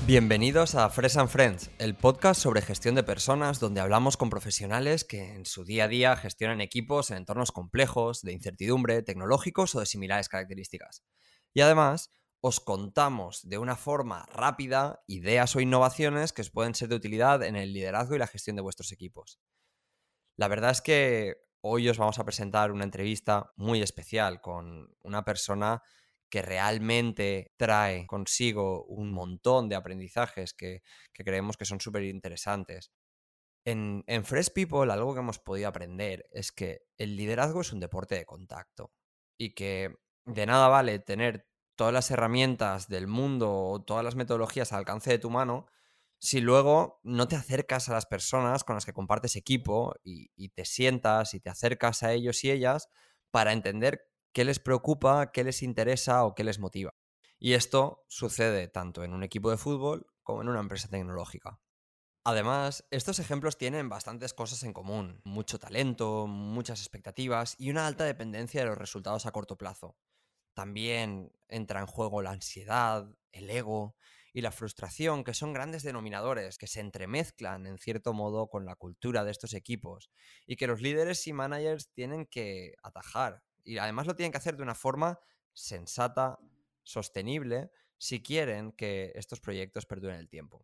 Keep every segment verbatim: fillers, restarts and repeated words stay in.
Bienvenidos a Fresh and Friends, el podcast sobre gestión de personas donde hablamos con profesionales que en su día a día gestionan equipos en entornos complejos, de incertidumbre, tecnológicos o de similares características. Y además, os contamos de una forma rápida ideas o innovaciones que os pueden ser de utilidad en el liderazgo y la gestión de vuestros equipos. La verdad es que hoy os vamos a presentar una entrevista muy especial con una persona que realmente trae consigo un montón de aprendizajes que, que creemos que son súper interesantes. En, en Fresh People, algo que hemos podido aprender es que el liderazgo es un deporte de contacto y que de nada vale tener todas las herramientas del mundo o todas las metodologías al alcance de tu mano si luego no te acercas a las personas con las que compartes equipo y, y te sientas y te acercas a ellos y ellas para entender qué les preocupa, qué les interesa o qué les motiva. Y esto sucede tanto en un equipo de fútbol como en una empresa tecnológica. Además, estos ejemplos tienen bastantes cosas en común: mucho talento, muchas expectativas y una alta dependencia de los resultados a corto plazo. También entra en juego la ansiedad, el ego y la frustración, que son grandes denominadores que se entremezclan en cierto modo con la cultura de estos equipos y que los líderes y managers tienen que atajar. Y además lo tienen que hacer de una forma sensata, sostenible, si quieren que estos proyectos perduren el tiempo.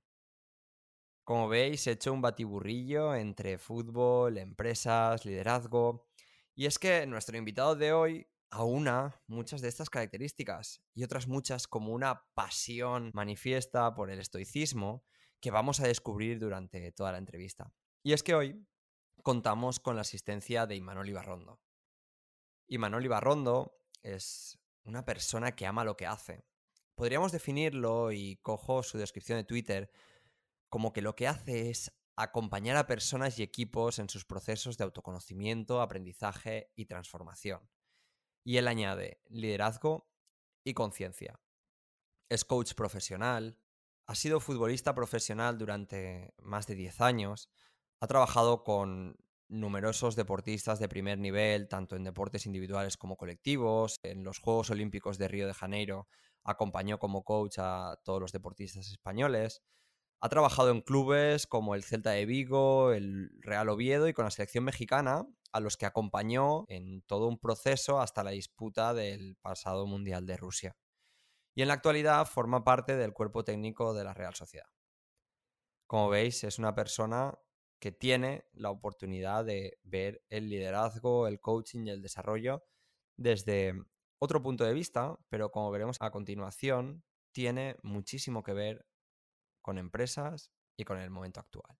Como veis, he hecho un batiburrillo entre fútbol, empresas, liderazgo. Y es que nuestro invitado de hoy aúna muchas de estas características y otras muchas como una pasión manifiesta por el estoicismo que vamos a descubrir durante toda la entrevista. Y es que hoy contamos con la asistencia de Imanol Ibarrondo. Imanol Ibarrondo es una persona que ama lo que hace. Podríamos definirlo, y cojo su descripción de Twitter, como que lo que hace es acompañar a personas y equipos en sus procesos de autoconocimiento, aprendizaje y transformación. Y él añade liderazgo y conciencia. Es coach profesional, ha sido futbolista profesional durante más de diez años, ha trabajado con numerosos deportistas de primer nivel, tanto en deportes individuales como colectivos. En los Juegos Olímpicos de Río de Janeiro acompañó como coach a todos los deportistas españoles. Ha trabajado en clubes como el Celta de Vigo, el Real Oviedo y con la selección mexicana, a los que acompañó en todo un proceso hasta la disputa del pasado Mundial de Rusia. Y en la actualidad forma parte del cuerpo técnico de la Real Sociedad. Como veis, es una persona que tiene la oportunidad de ver el liderazgo, el coaching y el desarrollo desde otro punto de vista, pero como veremos a continuación, tiene muchísimo que ver con empresas y con el momento actual.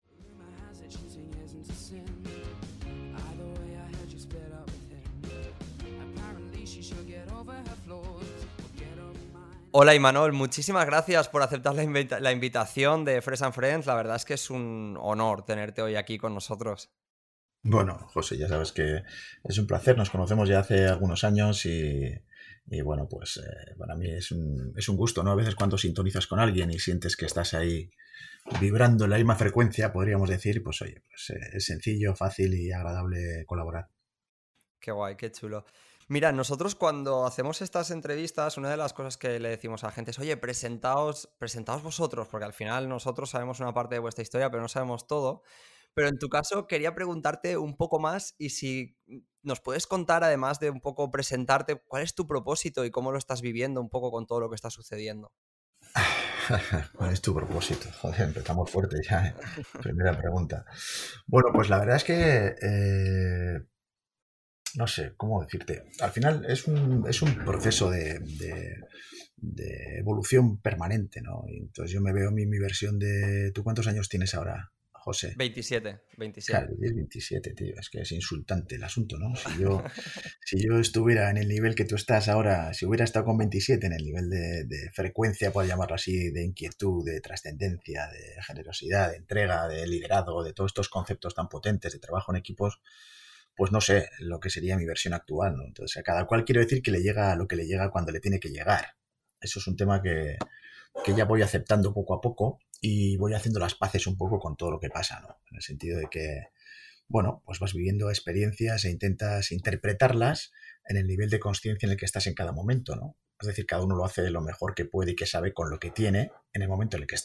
Hola Imanol, muchísimas gracias por aceptar la, invita- la invitación de Fresh and Friends. La verdad es que es un honor tenerte hoy aquí con nosotros. Bueno, José, ya sabes que es un placer, nos conocemos ya hace algunos años y, y bueno, pues eh, para mí es un, es un gusto, ¿no? A veces cuando sintonizas con alguien y sientes que estás ahí vibrando en la misma frecuencia, podríamos decir, pues oye, pues eh, es sencillo, fácil y agradable colaborar. Qué guay, qué chulo. Mira, nosotros cuando hacemos estas entrevistas, una de las cosas que le decimos a la gente es: oye, presentaos, presentaos vosotros, porque al final nosotros sabemos una parte de vuestra historia, pero no sabemos todo. Pero en tu caso quería preguntarte un poco más, y si nos puedes contar, además de un poco presentarte, cuál es tu propósito y cómo lo estás viviendo un poco con todo lo que está sucediendo. ¿Cuál es tu propósito? Joder, empezamos fuerte ya, ¿eh? Primera pregunta. Bueno, pues la verdad es que eh, no sé, ¿cómo decirte? Al final es un, es un proceso de, de- de evolución permanente, ¿no? Y entonces yo me veo mi, mi versión de... ¿Tú cuántos años tienes ahora, José? veintisiete, Claro, veintisiete. es veintisiete, tío. Es que es insultante el asunto, ¿no? Si yo, si yo estuviera en el nivel que tú estás ahora, si hubiera estado con veintisiete en el nivel de, de frecuencia, por llamarlo así, de inquietud, de trascendencia, de generosidad, de entrega, de liderazgo, de todos estos conceptos tan potentes de trabajo en equipos, pues no sé lo que sería mi versión actual, ¿no? Entonces, a cada cual quiero decir que le llega a lo que le llega cuando le tiene que llegar. Eso es un tema que, que ya voy aceptando poco a poco y voy haciendo las paces un poco con todo lo que pasa, ¿no? En el sentido de que, bueno, pues vas viviendo experiencias e intentas interpretarlas en el nivel de conciencia en el que estás en cada momento, ¿no? Es decir, cada uno lo hace de lo mejor que puede y que sabe con lo que tiene en el momento en el que está.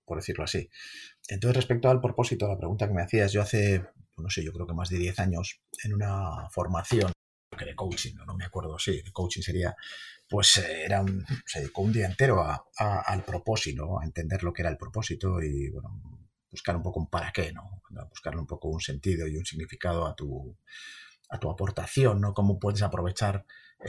por decirlo así. Entonces, respecto al propósito, la pregunta que me hacías, yo hace, pues no sé, yo creo que más de diez años, en una formación que de coaching, no, no me acuerdo, sí, de coaching sería, pues eh, era un, se dedicó un día entero a, a- al propósito, ¿no? A entender lo que era el propósito y, bueno, buscar un poco un para qué, ¿no? Buscarle un poco un sentido y un significado a tu, a tu aportación, ¿no? Cómo puedes aprovechar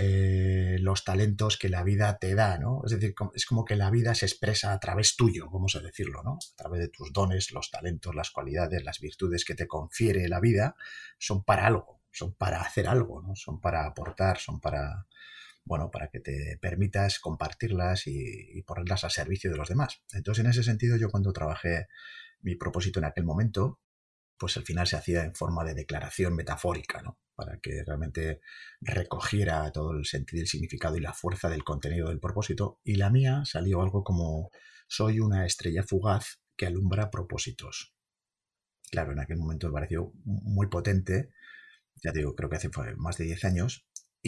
eh, los talentos que la vida te da, ¿no? Es decir, es como que la vida se expresa a través tuyo, vamos a decirlo, ¿no? A través de tus dones, los talentos, las cualidades, las virtudes que te confiere la vida, son para algo, son para hacer algo, ¿no? Son para aportar, son para, bueno, para que te permitas compartirlas y, y ponerlas al servicio de los demás. Entonces, en ese sentido, yo cuando trabajé mi propósito en aquel momento, pues al final se hacía en forma de declaración metafórica, ¿no? Para que realmente recogiera todo el sentido, el significado y la fuerza del contenido del propósito. Y la mía salió algo como: soy una estrella fugaz que alumbra propósitos. Claro, en aquel momento me pareció muy potente, ya digo, creo que hace fue más de diez años.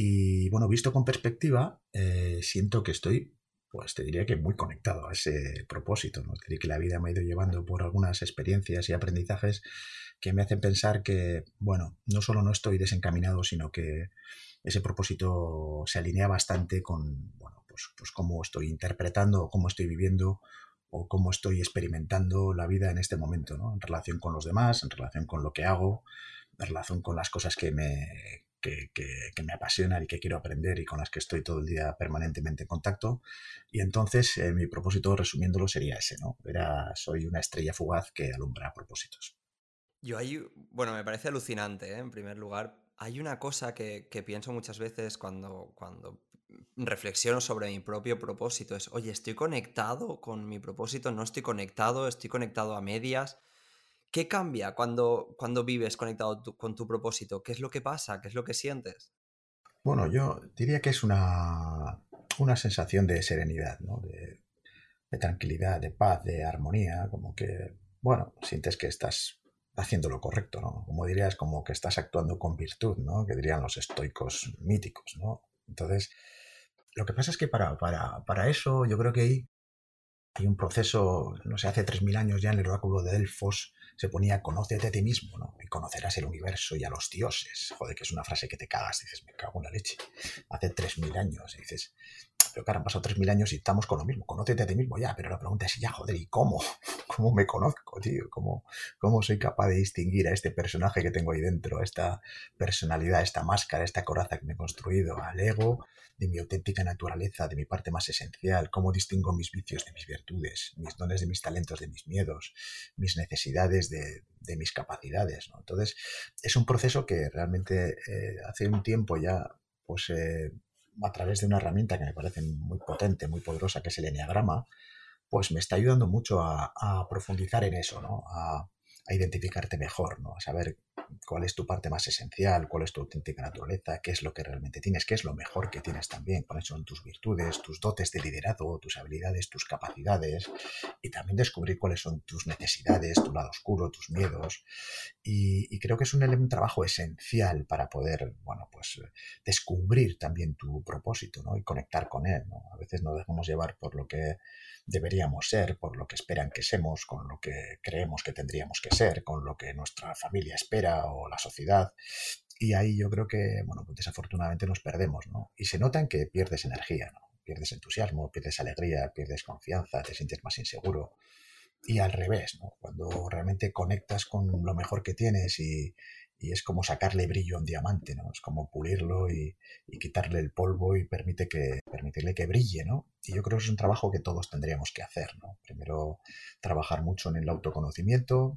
Y bueno, visto con perspectiva, eh, siento que estoy, pues te diría que muy conectado a ese propósito, ¿no? Es decir, que la vida me ha ido llevando por algunas experiencias y aprendizajes que me hacen pensar que, bueno, no solo no estoy desencaminado, sino que ese propósito se alinea bastante con, bueno, pues, pues cómo estoy interpretando o cómo estoy viviendo o cómo estoy experimentando la vida en este momento, ¿no? En relación con los demás, en relación con lo que hago, en relación con las cosas que me, que, que, que me apasionan y que quiero aprender y con las que estoy todo el día permanentemente en contacto. Y entonces eh, mi propósito, resumiéndolo, sería ese, ¿no? Era, soy una estrella fugaz que alumbra propósitos. Yo hay, bueno, me parece alucinante, ¿eh? En primer lugar. Hay una cosa que, que pienso muchas veces cuando, cuando reflexiono sobre mi propio propósito. Es, oye, ¿estoy conectado con mi propósito? ¿No estoy conectado? ¿Estoy conectado a medias? ¿Qué cambia cuando, cuando vives conectado tu- con tu propósito? ¿Qué es lo que pasa? ¿Qué es lo que sientes? Bueno, yo diría que es una, una sensación de serenidad, ¿no? De, de tranquilidad, de paz, de armonía, como que, bueno, sientes que estás haciendo lo correcto, ¿no? Como dirías, como que estás actuando con virtud, ¿no? Que dirían los estoicos míticos, ¿no? Entonces, lo que pasa es que para, para, para eso yo creo que hay hay un proceso, no sé, hace tres mil años ya en el oráculo de Delfos se ponía: conócete a ti mismo, ¿no? Y conocerás el universo y a los dioses. Joder, que es una frase que te cagas, dices, me cago en la leche. Hace tres mil años, y dices, pero claro, han pasado tres mil años y estamos con lo mismo. Conócete a ti mismo, ya, pero la pregunta es, ya, joder, ¿y cómo? ¿Cómo me conozco, tío? ¿Cómo, cómo soy capaz de distinguir a este personaje que tengo ahí dentro, a esta personalidad, a esta máscara, a esta coraza que me he construido, al ego, de mi auténtica naturaleza, de mi parte más esencial? ¿Cómo distingo mis vicios de mis virtudes, mis dones de mis talentos de mis miedos, mis necesidades de, de mis capacidades, ¿no? Entonces, es un proceso que realmente eh, hace un tiempo ya, pues eh, a través de una herramienta que me parece muy potente, muy poderosa, que es el eneagrama, pues me está ayudando mucho a, a profundizar en eso, ¿no? A, a identificarte mejor, ¿no? A saber cuál es tu parte más esencial, cuál es tu auténtica naturaleza, qué es lo que realmente tienes, qué es lo mejor que tienes también, cuáles son tus virtudes, tus dotes de liderazgo, tus habilidades, tus capacidades, y también descubrir cuáles son tus necesidades, tu lado oscuro, tus miedos. Y, y creo que es un, un, trabajo esencial para poder, bueno, pues descubrir también tu propósito, ¿no? Y conectar con él, ¿no? A veces nos dejamos llevar por lo que deberíamos ser, por lo que esperan que seamos, con lo que creemos que tendríamos que ser, con lo que nuestra familia espera o la sociedad. Y ahí yo creo que, bueno, pues desafortunadamente nos perdemos, ¿no? Y se nota en que pierdes energía, ¿no? Pierdes entusiasmo, pierdes alegría, pierdes confianza, te sientes más inseguro. Y al revés, ¿no? Cuando realmente conectas con lo mejor que tienes y, y es como sacarle brillo a un diamante, ¿no? Es como pulirlo y, y quitarle el polvo y permite que, permitirle que brille, ¿no? Y yo creo que es un trabajo que todos tendríamos que hacer, ¿no? Primero, trabajar mucho en el autoconocimiento,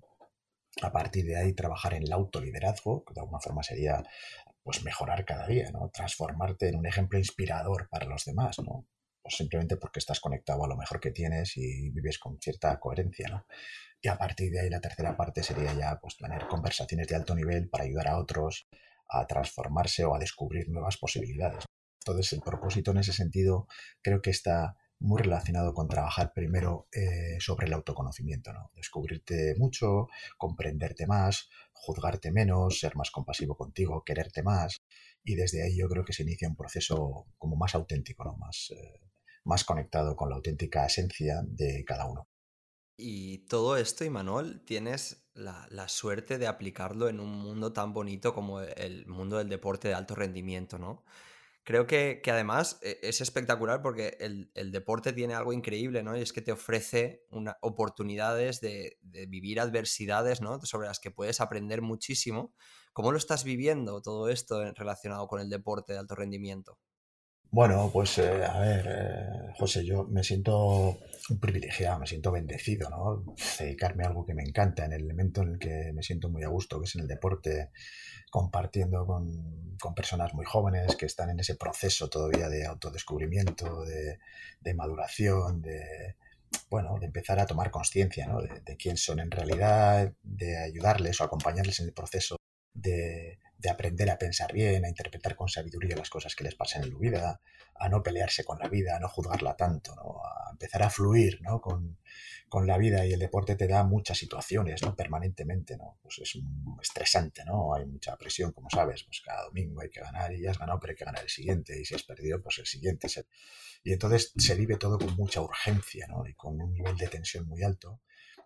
a partir de ahí trabajar en el autoliderazgo, que de alguna forma sería, pues, mejorar cada día, ¿no? Transformarte en un ejemplo inspirador para los demás, ¿no? Pues simplemente porque estás conectado a lo mejor que tienes y vives con cierta coherencia, ¿no? Y a partir de ahí la tercera parte sería ya, pues, tener conversaciones de alto nivel para ayudar a otros a transformarse o a descubrir nuevas posibilidades. Entonces, el propósito en ese sentido creo que está muy relacionado con trabajar primero eh, sobre el autoconocimiento, ¿no? Descubrirte mucho, comprenderte más, juzgarte menos, ser más compasivo contigo, quererte más. Y desde ahí yo creo que se inicia un proceso como más auténtico, ¿no? Más, eh, más conectado con la auténtica esencia de cada uno. Y todo esto, Imanol, tienes la, la suerte de aplicarlo en un mundo tan bonito como el mundo del deporte de alto rendimiento, ¿no? Creo que, que además eh, es espectacular porque el, el deporte tiene algo increíble, ¿no? Y es que te ofrece una, oportunidades de, de vivir adversidades, ¿no? Sobre las que puedes aprender muchísimo. ¿Cómo lo estás viviendo todo esto en- relacionado con el deporte de alto rendimiento? Bueno, pues eh, a ver, eh, José, yo me siento un privilegiado, me siento bendecido, ¿no? Dedicarme a algo que me encanta, en el elemento en el que me siento muy a gusto, que es en el deporte, compartiendo con, con personas muy jóvenes que están en ese proceso todavía de autodescubrimiento, de, de maduración, de, bueno, de empezar a tomar conciencia, ¿no? de, de quién son en realidad, de ayudarles o acompañarles en el proceso de, de aprender a pensar bien, a interpretar con sabiduría las cosas que les pasan en la vida, a no pelearse con la vida, a no juzgarla tanto, ¿no? A empezar a fluir, ¿no? con, con la vida, y el deporte te da muchas situaciones, ¿no? Permanentemente, ¿no? Pues es un- estresante, ¿no? Hay mucha presión, como sabes, pues cada domingo hay que ganar y ya has ganado, pero hay que ganar el siguiente, y si has perdido, pues el siguiente. Es el- Y entonces se vive todo con mucha urgencia, ¿no? Y con un nivel de tensión muy alto.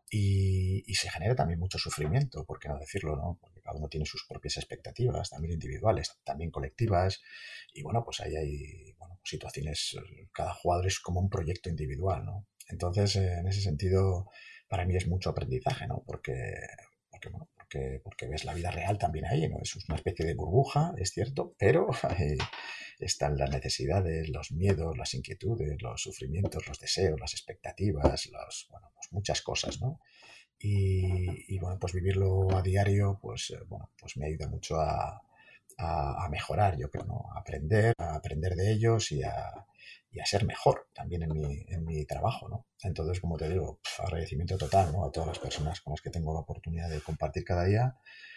Y, y se genera también mucho sufrimiento, por qué no decirlo, ¿no? Porque cada uno tiene sus propias expectativas, también individuales, también colectivas, y bueno, pues ahí hay bueno, situaciones, cada jugador es como un proyecto individual, ¿no? Entonces, eh, en ese sentido, para mí es mucho aprendizaje, ¿no? Porque, porque, bueno, porque, porque ves la vida real también ahí, ¿no? Es una especie de burbuja, es cierto, pero ahí están las necesidades, los miedos, las inquietudes, los sufrimientos, los deseos, las expectativas, los, bueno, pues muchas cosas, ¿no? Y, y, bueno, pues vivirlo a diario, pues, eh, bueno, pues me ayuda mucho a, a, a mejorar, yo creo, ¿no? A aprender, a aprender de ellos y a, y a ser mejor también en mi, en mi trabajo, ¿no? Entonces, como te digo, pf, agradecimiento total, ¿no? A todas las personas con las que tengo la oportunidad de compartir cada día,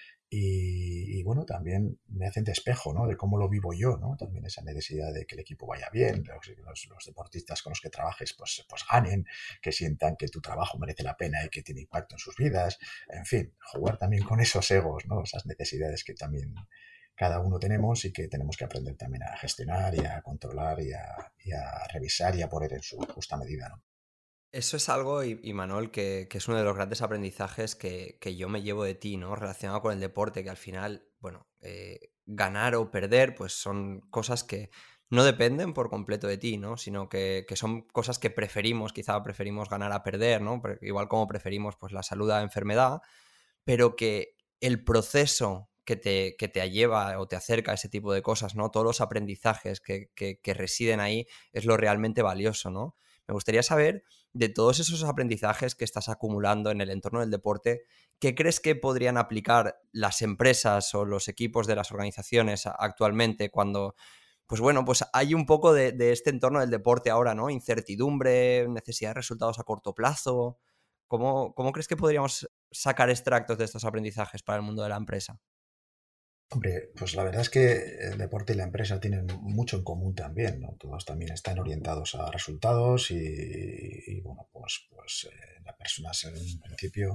y, y, bueno, también me hacen de espejo, ¿no? De cómo lo vivo yo, ¿no? También esa necesidad de que el equipo vaya bien, los, los, los deportistas con los que trabajes pues, pues ganen, que sientan que tu trabajo merece la pena y que tiene impacto en sus vidas. En fin, jugar también con esos egos, ¿no? Esas necesidades que también cada uno tenemos y que tenemos que aprender también a gestionar y a controlar y a, y a revisar y a poner en su justa medida, ¿no? Eso es algo, y, y Manuel, que, que es uno de los grandes aprendizajes que, que yo me llevo de ti, ¿no? Relacionado con el deporte, que al final, bueno, eh, ganar o perder, pues son cosas que no dependen por completo de ti, ¿no? Sino que, que son cosas que preferimos, quizá preferimos ganar a perder, ¿no? Porque igual como preferimos pues la salud a la enfermedad, pero que el proceso que te, que te lleva o te acerca a ese tipo de cosas, ¿no? Todos los aprendizajes que, que, que residen ahí es lo realmente valioso, ¿no? Me gustaría saber, de todos esos aprendizajes que estás acumulando en el entorno del deporte, ¿qué crees que podrían aplicar las empresas o los equipos de las organizaciones actualmente cuando, pues bueno, pues hay un poco de, de este entorno del deporte ahora, ¿no? Incertidumbre, necesidad de resultados a corto plazo. ¿Cómo, cómo crees que podríamos sacar extractos de estos aprendizajes para el mundo de la empresa? Hombre, pues la verdad es que el deporte y la empresa tienen mucho en común también, ¿no? Todos también están orientados a resultados y, y, bueno, pues, pues eh, las personas en un principio,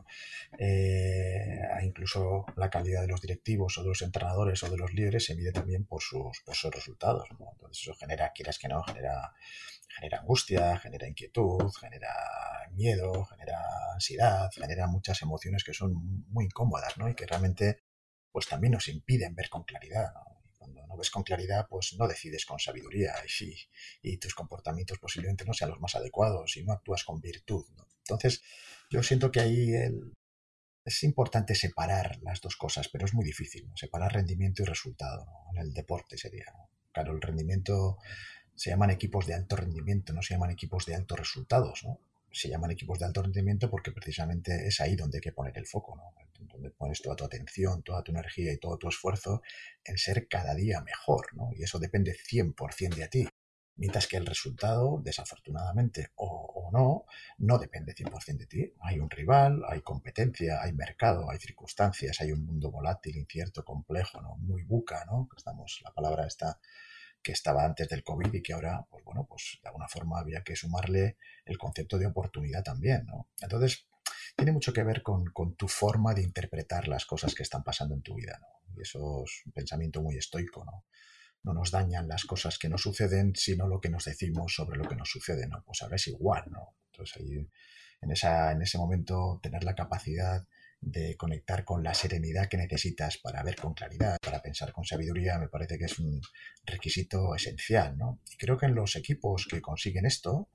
eh, incluso la calidad de los directivos o de los entrenadores o de los líderes se mide también por sus, por sus resultados, ¿no? Entonces eso genera, quieras que no, genera, genera angustia, genera inquietud, genera miedo, genera ansiedad, genera muchas emociones que son muy incómodas, ¿no? Y que realmente pues también nos impiden ver con claridad, ¿no? Y cuando no ves con claridad, pues no decides con sabiduría y, y tus comportamientos posiblemente no sean los más adecuados y no actúas con virtud, ¿no? Entonces, yo siento que ahí el, es importante separar las dos cosas, pero es muy difícil, ¿no? Separar rendimiento y resultado, ¿no? En el deporte sería, ¿no? Claro, el rendimiento se llaman equipos de alto rendimiento, no se llaman equipos de altos resultados, ¿no? Se llaman equipos de alto rendimiento porque precisamente es ahí donde hay que poner el foco, ¿no? Donde pones toda tu atención, toda tu energía y todo tu esfuerzo en ser cada día mejor, ¿no? Y eso depende cien por ciento de ti. Mientras que el resultado, desafortunadamente o, o no, no depende cien por ciento de ti. Hay un rival, hay competencia, hay mercado, hay circunstancias, hay un mundo volátil, incierto, complejo, ¿no? Muy buca, ¿no? Estamos, la palabra está que estaba antes del COVID y que ahora, pues bueno, pues de alguna forma había que sumarle el concepto de oportunidad también, ¿no? Entonces, tiene mucho que ver con, con tu forma de interpretar las cosas que están pasando en tu vida, ¿no? Y eso es un pensamiento muy estoico, ¿no? No nos dañan las cosas que nos suceden, sino lo que nos decimos sobre lo que nos sucede, ¿no? Pues ahora es igual, ¿no? Entonces ahí en, esa, en ese momento tener la capacidad de conectar con la serenidad que necesitas para ver con claridad, para pensar con sabiduría, me parece que es un requisito esencial, ¿no? Y creo que en los equipos que consiguen esto,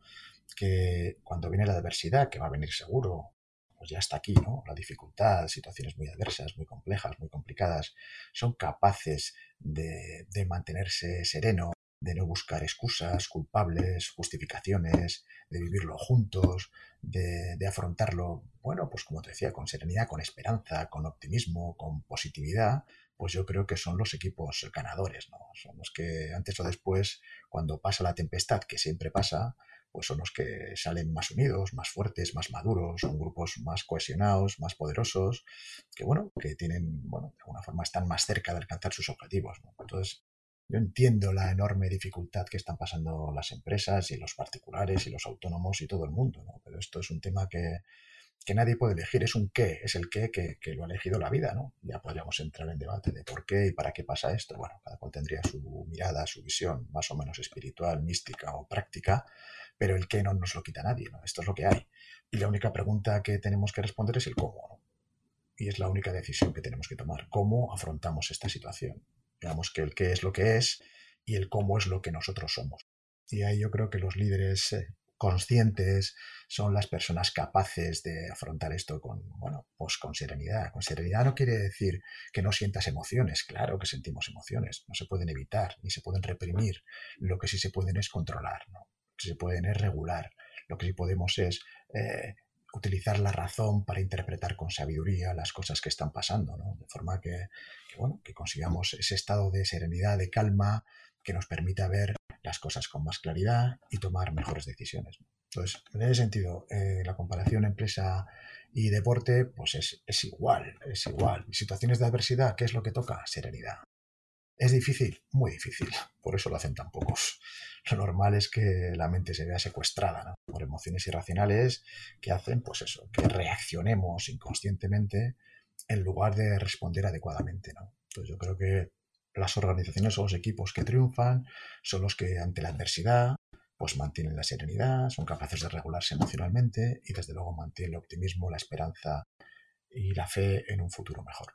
que cuando viene la adversidad, que va a venir seguro, pues ya está aquí, ¿no? La dificultad, situaciones muy adversas, muy complejas, muy complicadas, son capaces de, de mantenerse sereno, de no buscar excusas, culpables, justificaciones, de vivirlo juntos, de, de afrontarlo, bueno, pues como te decía, con serenidad, con esperanza, con optimismo, con positividad, pues yo creo que son los equipos ganadores, ¿no? Son los que antes o después, cuando pasa la tempestad, que siempre pasa, pues son los que salen más unidos, más fuertes, más maduros, son grupos más cohesionados, más poderosos, que bueno, que tienen, bueno, de alguna forma están más cerca de alcanzar sus objetivos, ¿no? Entonces, yo entiendo la enorme dificultad que están pasando las empresas y los particulares y los autónomos y todo el mundo, ¿no? Pero esto es un tema que, que nadie puede elegir, es un qué, es el qué que, que lo ha elegido la vida, ¿no? Ya podríamos entrar en debate de por qué y para qué pasa esto. Bueno, cada cual tendría su mirada, su visión, más o menos espiritual, mística o práctica, pero el qué no nos lo quita nadie, ¿no? Esto es lo que hay. Y la única pregunta que tenemos que responder es el cómo, ¿no? Y es la única decisión que tenemos que tomar, cómo afrontamos esta situación. Digamos que el qué es lo que es y el cómo es lo que nosotros somos. Y ahí yo creo que los líderes eh, conscientes son las personas capaces de afrontar esto con, bueno, pues con serenidad. Con serenidad no quiere decir que no sientas emociones, claro que sentimos emociones, no se pueden evitar ni se pueden reprimir, lo que sí se pueden es controlar, ¿no? Lo que se pueden es regular, lo que sí podemos es eh, utilizar la razón para interpretar con sabiduría las cosas que están pasando, ¿no? De forma que, que, bueno, que consigamos ese estado de serenidad, de calma, que nos permita ver las cosas con más claridad y tomar mejores decisiones, ¿no? Entonces, en ese sentido, eh, la comparación empresa y deporte, pues es, es igual, es igual. Situaciones de adversidad, ¿qué es lo que toca? Serenidad. ¿Es difícil? Muy difícil. Por eso lo hacen tan pocos. Lo normal es que la mente se vea secuestrada, ¿no? Por emociones irracionales que hacen, pues eso, que reaccionemos inconscientemente en lugar de responder adecuadamente, ¿no? Entonces yo creo que las organizaciones o los equipos que triunfan son los que ante la adversidad pues mantienen la serenidad, son capaces de regularse emocionalmente y desde luego mantienen el optimismo, la esperanza y la fe en un futuro mejor.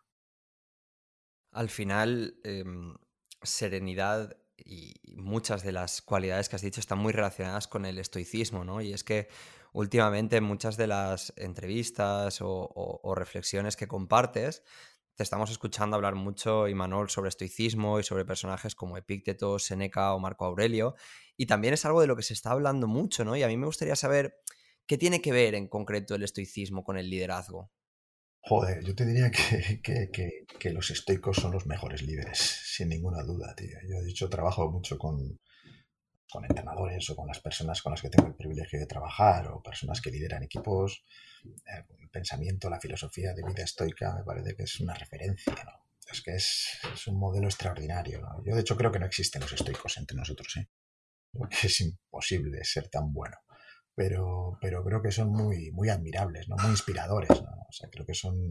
Al final, em, serenidad y muchas de las cualidades que has dicho están muy relacionadas con el estoicismo, ¿no? Y es que últimamente en muchas de las entrevistas o, o- o reflexiones que compartes, te estamos escuchando hablar mucho, Imanol, sobre estoicismo y sobre personajes como Epícteto, Séneca o Marco Aurelio. Y también es algo de lo que se está hablando mucho, ¿no? Y a mí me gustaría saber qué tiene que ver en concreto el estoicismo con el liderazgo. Joder, yo te diría que, que- que- que los estoicos son los mejores líderes, sin ninguna duda, tío. Yo, de hecho, trabajo mucho con, con entrenadores o con las personas con las que tengo el privilegio de trabajar o personas que lideran equipos. Eh, el pensamiento, la filosofía de vida estoica me parece que es una referencia, ¿no? Es que es, es un modelo extraordinario, ¿no? Yo, de hecho, creo que no existen los estoicos entre nosotros, ¿eh? Porque es imposible ser tan bueno. Pero, pero creo que son muy, muy admirables, ¿no? Muy inspiradores, ¿no? O sea, creo que son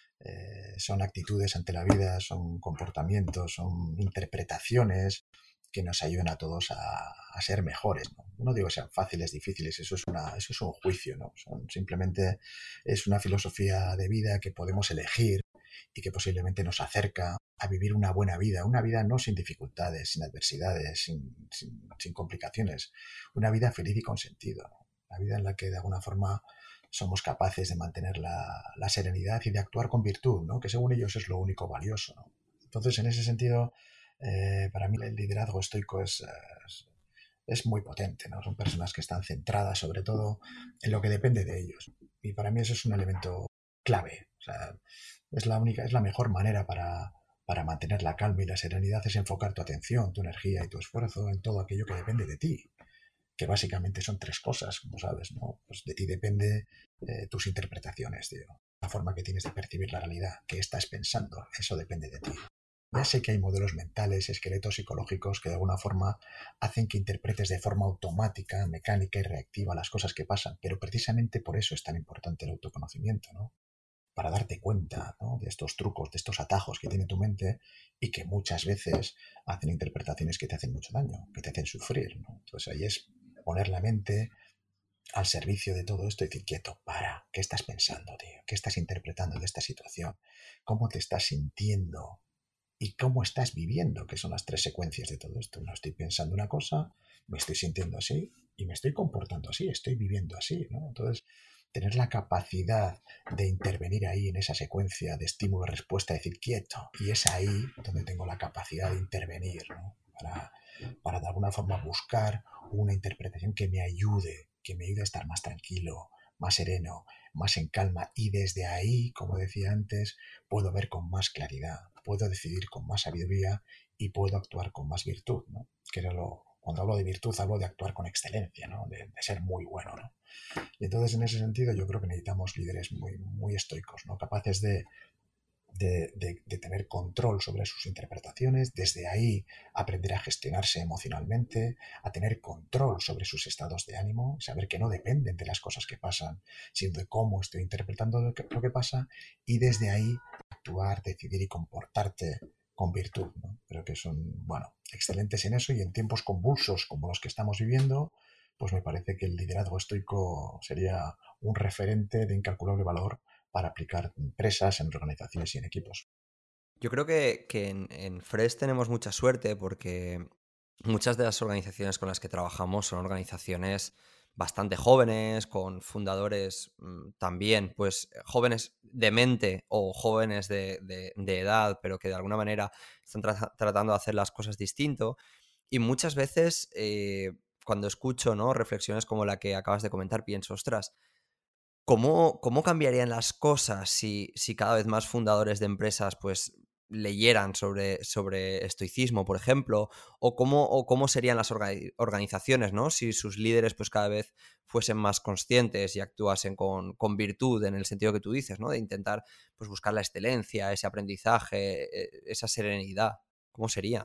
eh, son actitudes ante la vida, son comportamientos, son interpretaciones que nos ayudan a todos a, a ser mejores, ¿no? No digo que sean fáciles, difíciles, eso es, una, eso es un juicio, ¿no? Son, simplemente es una filosofía de vida que podemos elegir y que posiblemente nos acerca a vivir una buena vida, una vida no sin dificultades, sin adversidades, sin, sin, sin complicaciones, una vida feliz y con sentido, ¿no? Una vida en la que de alguna forma somos capaces de mantener la, la serenidad y de actuar con virtud, ¿no? Que según ellos es lo único valioso, ¿no? Entonces, en ese sentido, eh, para mí el liderazgo estoico es, es, es muy potente, ¿no? Son personas que están centradas sobre todo en lo que depende de ellos. Y para mí eso es un elemento clave. O sea, es la única, es la mejor manera para, para mantener la calma y la serenidad, es enfocar tu atención, tu energía y tu esfuerzo en todo aquello que depende de ti, que básicamente son tres cosas, como sabes, ¿no? Pues de ti depende eh, tus interpretaciones, tío. La forma que tienes de percibir la realidad, qué estás pensando, eso depende de ti. Ya sé que hay modelos mentales, esqueletos psicológicos que de alguna forma hacen que interpretes de forma automática, mecánica y reactiva las cosas que pasan, pero precisamente por eso es tan importante el autoconocimiento, ¿no? Para darte cuenta, ¿no? De estos trucos, de estos atajos que tiene tu mente y que muchas veces hacen interpretaciones que te hacen mucho daño, que te hacen sufrir, ¿no? Entonces ahí es poner la mente al servicio de todo esto y decir, quieto, para, ¿qué estás pensando, tío? ¿Qué estás interpretando de esta situación? ¿Cómo te estás sintiendo? ¿Y cómo estás viviendo? Que son las tres secuencias de todo esto. No estoy pensando una cosa, me estoy sintiendo así y me estoy comportando así, estoy viviendo así, ¿no? Entonces, tener la capacidad de intervenir ahí en esa secuencia de estímulo-respuesta, decir quieto, y es ahí donde tengo la capacidad de intervenir, ¿no? Para, para de alguna forma buscar una interpretación que me ayude, que me ayude a estar más tranquilo, más sereno, más en calma, y desde ahí, como decía antes, puedo ver con más claridad, puedo decidir con más sabiduría y puedo actuar con más virtud, ¿no? Que era lo, cuando hablo de virtud hablo de actuar con excelencia, ¿no? De, de ser muy bueno, ¿no? Y entonces, en ese sentido, yo creo que necesitamos líderes muy, muy estoicos, ¿no? Capaces de, de, de, de tener control sobre sus interpretaciones, desde ahí aprender a gestionarse emocionalmente, a tener control sobre sus estados de ánimo, saber que no dependen de las cosas que pasan, sino de cómo estoy interpretando lo que, lo que pasa, y desde ahí actuar, decidir y comportarte con virtud, ¿no? Creo que son, bueno, excelentes en eso, y en tiempos convulsos como los que estamos viviendo, pues me parece que el liderazgo estoico sería un referente de incalculable valor para aplicar en empresas, en organizaciones y en equipos. Yo creo que, que en, en Fresh tenemos mucha suerte porque muchas de las organizaciones con las que trabajamos son organizaciones bastante jóvenes, con fundadores mm, también, pues jóvenes de mente o jóvenes de, de- de edad, pero que de alguna manera están tra- tratando de hacer las cosas distinto. Y muchas veces, eh, cuando escucho, ¿no?, reflexiones como la que acabas de comentar, pienso, ostras, ¿Cómo, cómo cambiarían las cosas si, si cada vez más fundadores de empresas pues leyeran sobre, sobre estoicismo, por ejemplo? O cómo, o cómo serían las orga- organizaciones, ¿no?, si sus líderes pues cada vez fuesen más conscientes y actuasen con, con virtud en el sentido que tú dices, ¿no?, de intentar pues buscar la excelencia, ese aprendizaje, eh, esa serenidad. ¿Cómo sería?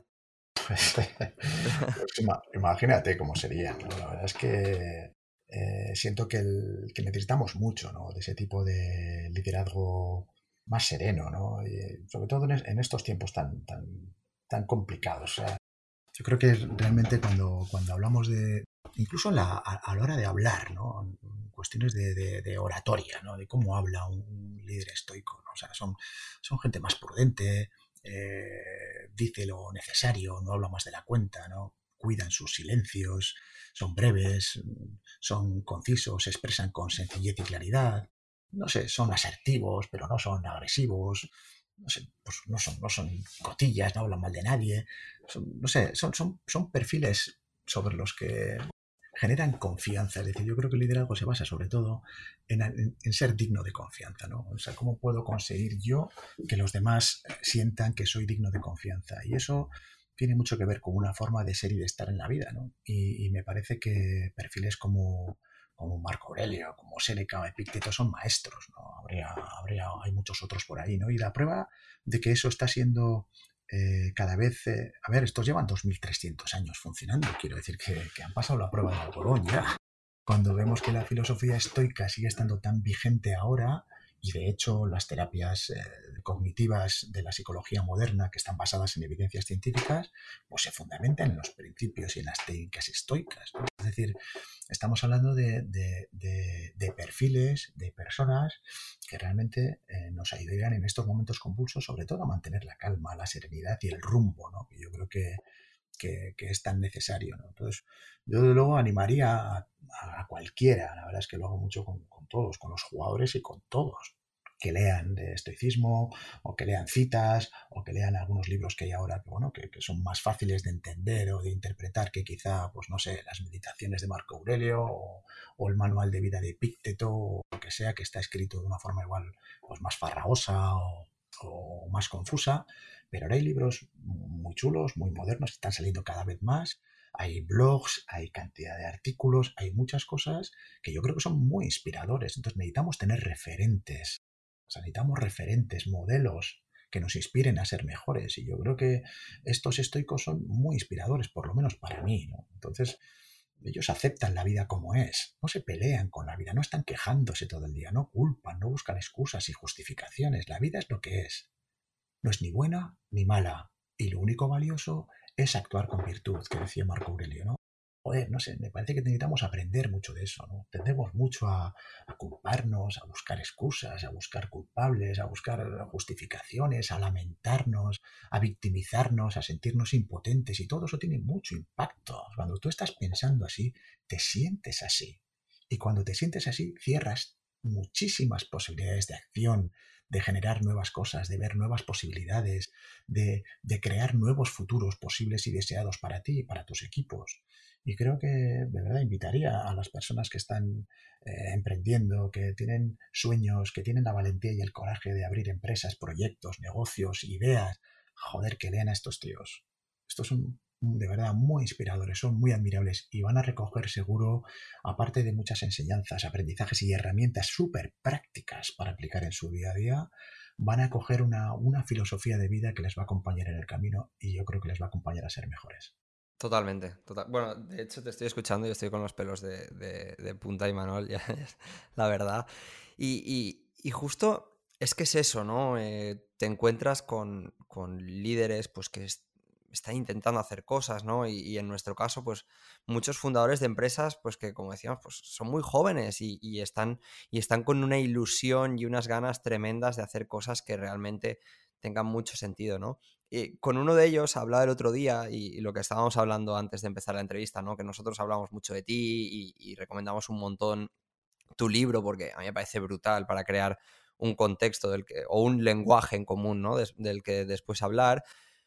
Pues ima- imagínate cómo sería, ¿no? La verdad es que eh, siento que, el- que necesitamos mucho, ¿no? De ese tipo de liderazgo más sereno, ¿no? Y sobre todo en, es- en estos tiempos tan, tan, tan complicados. O sea, yo creo que realmente cuando, cuando hablamos de, incluso la- a, a la hora de hablar, ¿no? Cuestiones de, de- de oratoria, ¿no? De cómo habla un, un líder estoico, ¿no? O sea, son, son gente más prudente, eh, dice lo necesario, no habla más de la cuenta, ¿no? Cuidan sus silencios, son breves, son concisos, se expresan con sencillez y claridad. No sé, son asertivos, pero no son agresivos. No sé, pues no son, no son cotillas, no hablan mal de nadie. Son, no sé, son, son, son perfiles sobre los que generan confianza. Es decir, yo creo que el liderazgo se basa sobre todo en, en, en ser digno de confianza, ¿no? O sea, ¿cómo puedo conseguir yo que los demás sientan que soy digno de confianza? Y eso tiene mucho que ver con una forma de ser y de estar en la vida, ¿no? Y, y me parece que perfiles como, como Marco Aurelio, como Séneca o Epicteto son maestros, ¿no? Habría, habría, hay muchos otros por ahí, ¿no? Y la prueba de que eso está siendo eh, cada vez... Eh, a ver, estos llevan dos mil trescientos años funcionando, quiero decir que, que han pasado la prueba del algodón ya. Cuando vemos que la filosofía estoica sigue estando tan vigente ahora, y de hecho las terapias eh, cognitivas de la psicología moderna, que están basadas en evidencias científicas, pues se fundamentan en los principios y en las técnicas estoicas, ¿no? Es decir, estamos hablando de, de, de, de perfiles, de personas que realmente eh, nos ayudarían en estos momentos convulsos, sobre todo a mantener la calma, la serenidad y el rumbo, ¿no? Que yo creo que, que, que es tan necesario, ¿no? Entonces, yo de luego animaría a, a cualquiera, la verdad es que lo hago mucho con, con todos, con los jugadores y con todos, que lean de estoicismo o que lean citas o que lean algunos libros que hay ahora que, bueno, que, que son más fáciles de entender o de interpretar que quizá, pues no sé, las meditaciones de Marco Aurelio o, o el manual de vida de Epicteto o lo que sea, que está escrito de una forma igual pues más farragosa o, o más confusa, pero ahora hay libros muy chulos, muy modernos, que están saliendo cada vez más. Hay blogs, hay cantidad de artículos, hay muchas cosas que yo creo que son muy inspiradores. Entonces necesitamos tener referentes. O sea, necesitamos referentes, modelos que nos inspiren a ser mejores. Y yo creo que estos estoicos son muy inspiradores, por lo menos para mí, ¿no? Entonces, ellos aceptan la vida como es, no se pelean con la vida, no están quejándose todo el día, no culpan, no buscan excusas y justificaciones. La vida es lo que es. No es ni buena ni mala. Y lo único valioso es actuar con virtud, que decía Marco Aurelio, ¿no? joder, no sé, me parece que necesitamos aprender mucho de eso, ¿no? Tendemos mucho a, a culparnos, a buscar excusas, a buscar culpables, a buscar justificaciones, a lamentarnos, a victimizarnos, a sentirnos impotentes, y todo eso tiene mucho impacto. Cuando tú estás pensando así, te sientes así. Y cuando te sientes así, cierras muchísimas posibilidades de acción, de generar nuevas cosas, de ver nuevas posibilidades, de, de crear nuevos futuros posibles y deseados para ti y para tus equipos. Y creo que, de verdad, invitaría a las personas que están eh, emprendiendo, que tienen sueños, que tienen la valentía y el coraje de abrir empresas, proyectos, negocios, ideas, joder, que lean a estos tíos. Estos son de verdad muy inspiradores, son muy admirables y van a recoger seguro, aparte de muchas enseñanzas, aprendizajes y herramientas súper prácticas para aplicar en su día a día, van a coger una, una filosofía de vida que les va a acompañar en el camino y yo creo que les va a acompañar a ser mejores. Totalmente, total. Bueno, de hecho te estoy escuchando y estoy con los pelos de, de, de punta, Imanol, ya es la verdad. Y, y, y justo es que es eso, ¿no? Eh, te encuentras con, con líderes pues, que es, están intentando hacer cosas, ¿no? Y, y en nuestro caso, pues muchos fundadores de empresas, pues que como decíamos, pues son muy jóvenes y, y, están, y están con una ilusión y unas ganas tremendas de hacer cosas que realmente tengan mucho sentido, ¿no? Y con uno de ellos hablaba el otro día y, y lo que estábamos hablando antes de empezar la entrevista, ¿no? Que nosotros hablamos mucho de ti y, y recomendamos un montón tu libro porque a mí me parece brutal para crear un contexto del que, o un lenguaje en común, ¿no? Des, del que después hablar.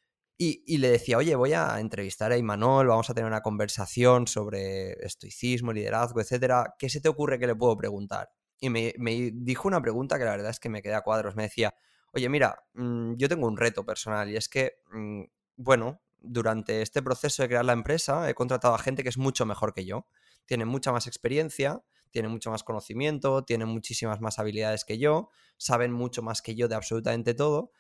Y, y, le decía, oye, voy a entrevistar a Imanol, vamos a tener una conversación sobre estoicismo, liderazgo, etcétera. ¿Qué se te ocurre que le puedo preguntar? Y me, me dijo una pregunta que la verdad es que me quedé a cuadros. Me decía, oye, mira, mmm, yo tengo un reto personal y es que, mmm, bueno, durante este proceso de crear la empresa he contratado a gente que es mucho mejor que yo. Tiene mucha más experiencia, tiene mucho más conocimiento, tiene muchísimas más habilidades que yo, saben mucho más que yo de absolutamente todo.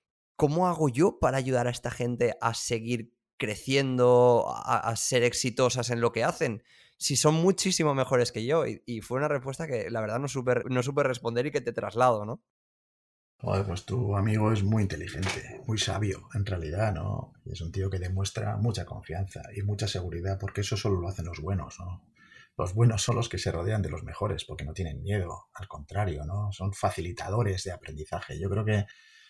¿Cómo hago yo para ayudar a esta gente a seguir creciendo, a, a ser exitosas en lo que hacen? Si son muchísimo mejores que yo. Y, y fue una respuesta que la verdad no supe, no supe responder y que te traslado, ¿no? Joder, pues tu amigo es muy inteligente, muy sabio, en realidad, ¿no? Y es un tío que demuestra mucha confianza y mucha seguridad, porque eso solo lo hacen los buenos, ¿no? Los buenos son los que se rodean de los mejores, porque no tienen miedo, al contrario, ¿no? Son facilitadores de aprendizaje. Yo creo que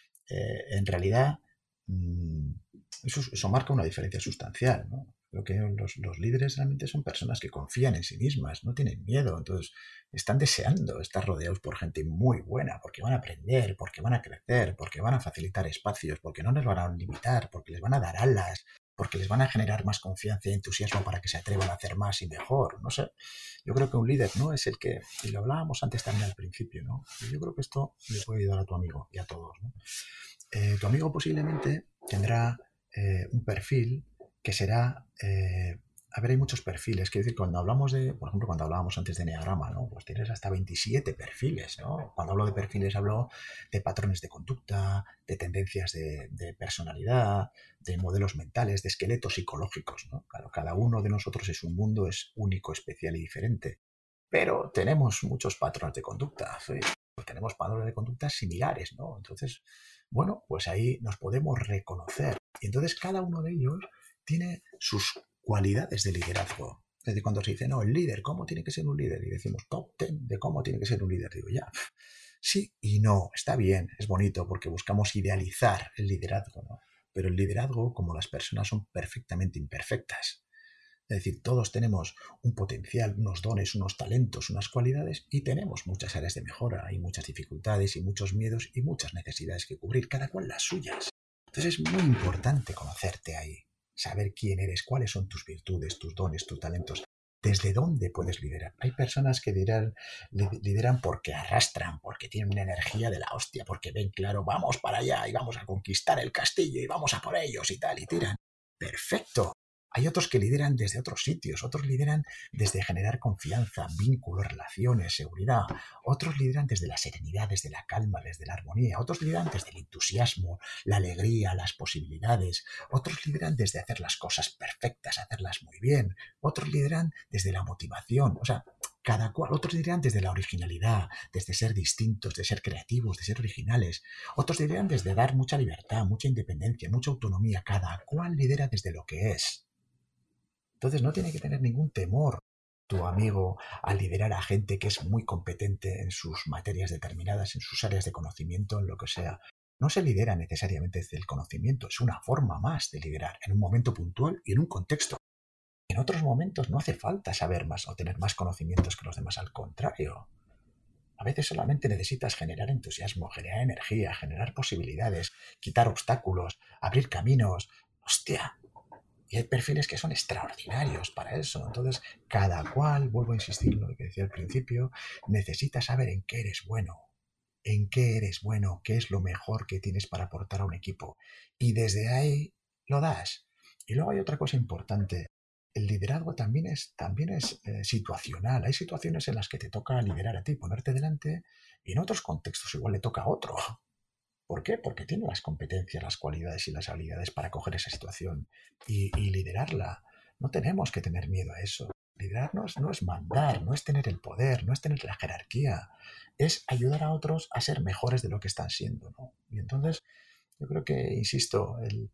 eh, en realidad mmm, eso, eso marca una diferencia sustancial, ¿no? Creo que los, los líderes realmente son personas que confían en sí mismas, no tienen miedo, entonces están deseando estar rodeados por gente muy buena, porque van a aprender, porque van a crecer, porque van a facilitar espacios, porque no les van a limitar, porque les van a dar alas, porque les van a generar más confianza y entusiasmo para que se atrevan a hacer más y mejor, no sé. Yo creo que un líder no es el que, y lo hablábamos antes también al principio, ¿no? Yo creo que esto le puede ayudar a tu amigo y a todos, ¿no? Eh, tu amigo posiblemente tendrá eh, un perfil que será... Eh, a ver, hay muchos perfiles. Quiero decir, cuando hablamos de, por ejemplo, cuando hablábamos antes de Enneagrama, ¿no? Pues tienes hasta veintisiete perfiles, ¿no? Cuando hablo de perfiles hablo de patrones de conducta, de tendencias de, de personalidad, de modelos mentales, de esqueletos psicológicos, ¿no? Claro, cada uno de nosotros es un mundo, es único, especial y diferente. Pero tenemos muchos patrones de conducta, ¿sí? Pues tenemos patrones de conducta similares, ¿no? Entonces, bueno, pues ahí nos podemos reconocer. Y entonces cada uno de ellos tiene sus cualidades de liderazgo. Es decir, cuando se dice, no, el líder, ¿cómo tiene que ser un líder? Y decimos, top ten de cómo tiene que ser un líder. Digo, ya, sí y no, está bien, es bonito porque buscamos idealizar el liderazgo, ¿no? Pero el liderazgo, como las personas, son perfectamente imperfectas. Es decir, todos tenemos un potencial, unos dones, unos talentos, unas cualidades y tenemos muchas áreas de mejora, hay muchas dificultades y muchos miedos y muchas necesidades que cubrir, cada cual las suyas. Entonces es muy importante conocerte ahí, saber quién eres, cuáles son tus virtudes, tus dones, tus talentos, desde dónde puedes liderar. Hay personas que lideran, lideran porque arrastran, porque tienen una energía de la hostia, porque ven claro, vamos para allá y vamos a conquistar el castillo y vamos a por ellos y tal, y tiran. Perfecto. Hay otros que lideran desde otros sitios, otros lideran desde generar confianza, vínculos, relaciones, seguridad. Otros lideran desde la serenidad, desde la calma, desde la armonía. Otros lideran desde el entusiasmo, la alegría, las posibilidades. Otros lideran desde hacer las cosas perfectas, hacerlas muy bien. Otros lideran desde la motivación. O sea, cada cual. Otros lideran desde la originalidad, desde ser distintos, de ser creativos, de ser originales. Otros lideran desde dar mucha libertad, mucha independencia, mucha autonomía. Cada cual lidera desde lo que es. Entonces no tiene que tener ningún temor tu amigo a liderar a gente que es muy competente en sus materias determinadas, en sus áreas de conocimiento, en lo que sea. No se lidera necesariamente desde el conocimiento, es una forma más de liderar en un momento puntual y en un contexto. En otros momentos no hace falta saber más o tener más conocimientos que los demás, al contrario. A veces solamente necesitas generar entusiasmo, generar energía, generar posibilidades, quitar obstáculos, abrir caminos. Hostia, y hay perfiles que son extraordinarios para eso. Entonces, cada cual, vuelvo a insistir en lo que decía al principio, necesita saber en qué eres bueno, en qué eres bueno, qué es lo mejor que tienes para aportar a un equipo. Y desde ahí lo das. Y luego hay otra cosa importante. El liderazgo también es, también es eh, situacional. Hay situaciones en las que te toca liderar a ti, ponerte delante, y en otros contextos igual le toca a otro. ¿Por qué? Porque tiene las competencias, las cualidades y las habilidades para coger esa situación y, y liderarla. No tenemos que tener miedo a eso. Liderar no es, no es mandar, no es tener el poder, no es tener la jerarquía, es ayudar a otros a ser mejores de lo que están siendo, ¿no? Y entonces, yo creo que, insisto, el,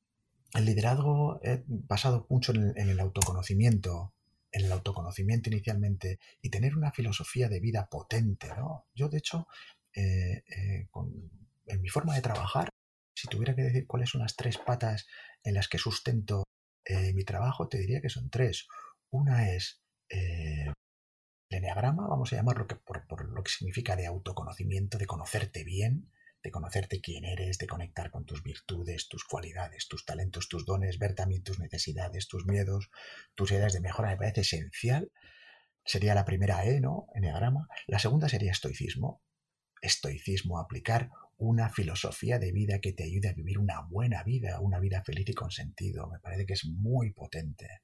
el liderazgo he basado mucho en el, en el autoconocimiento, en el autoconocimiento inicialmente y tener una filosofía de vida potente, ¿no? Yo, de hecho, eh, eh, con, en mi forma de trabajar, si tuviera que decir cuáles son las tres patas en las que sustento eh, mi trabajo, te diría que son tres. Una es eh, el eneagrama, vamos a llamarlo que por, por lo que significa de autoconocimiento, de conocerte bien, de conocerte quién eres, de conectar con tus virtudes, tus cualidades, tus talentos, tus dones, ver también tus necesidades, tus miedos, tus ideas de mejora, me parece esencial. Sería la primera E, ¿no? Eneagrama. La segunda sería estoicismo. Estoicismo, aplicar una filosofía de vida que te ayude a vivir una buena vida, una vida feliz y con sentido. Me parece que es muy potente.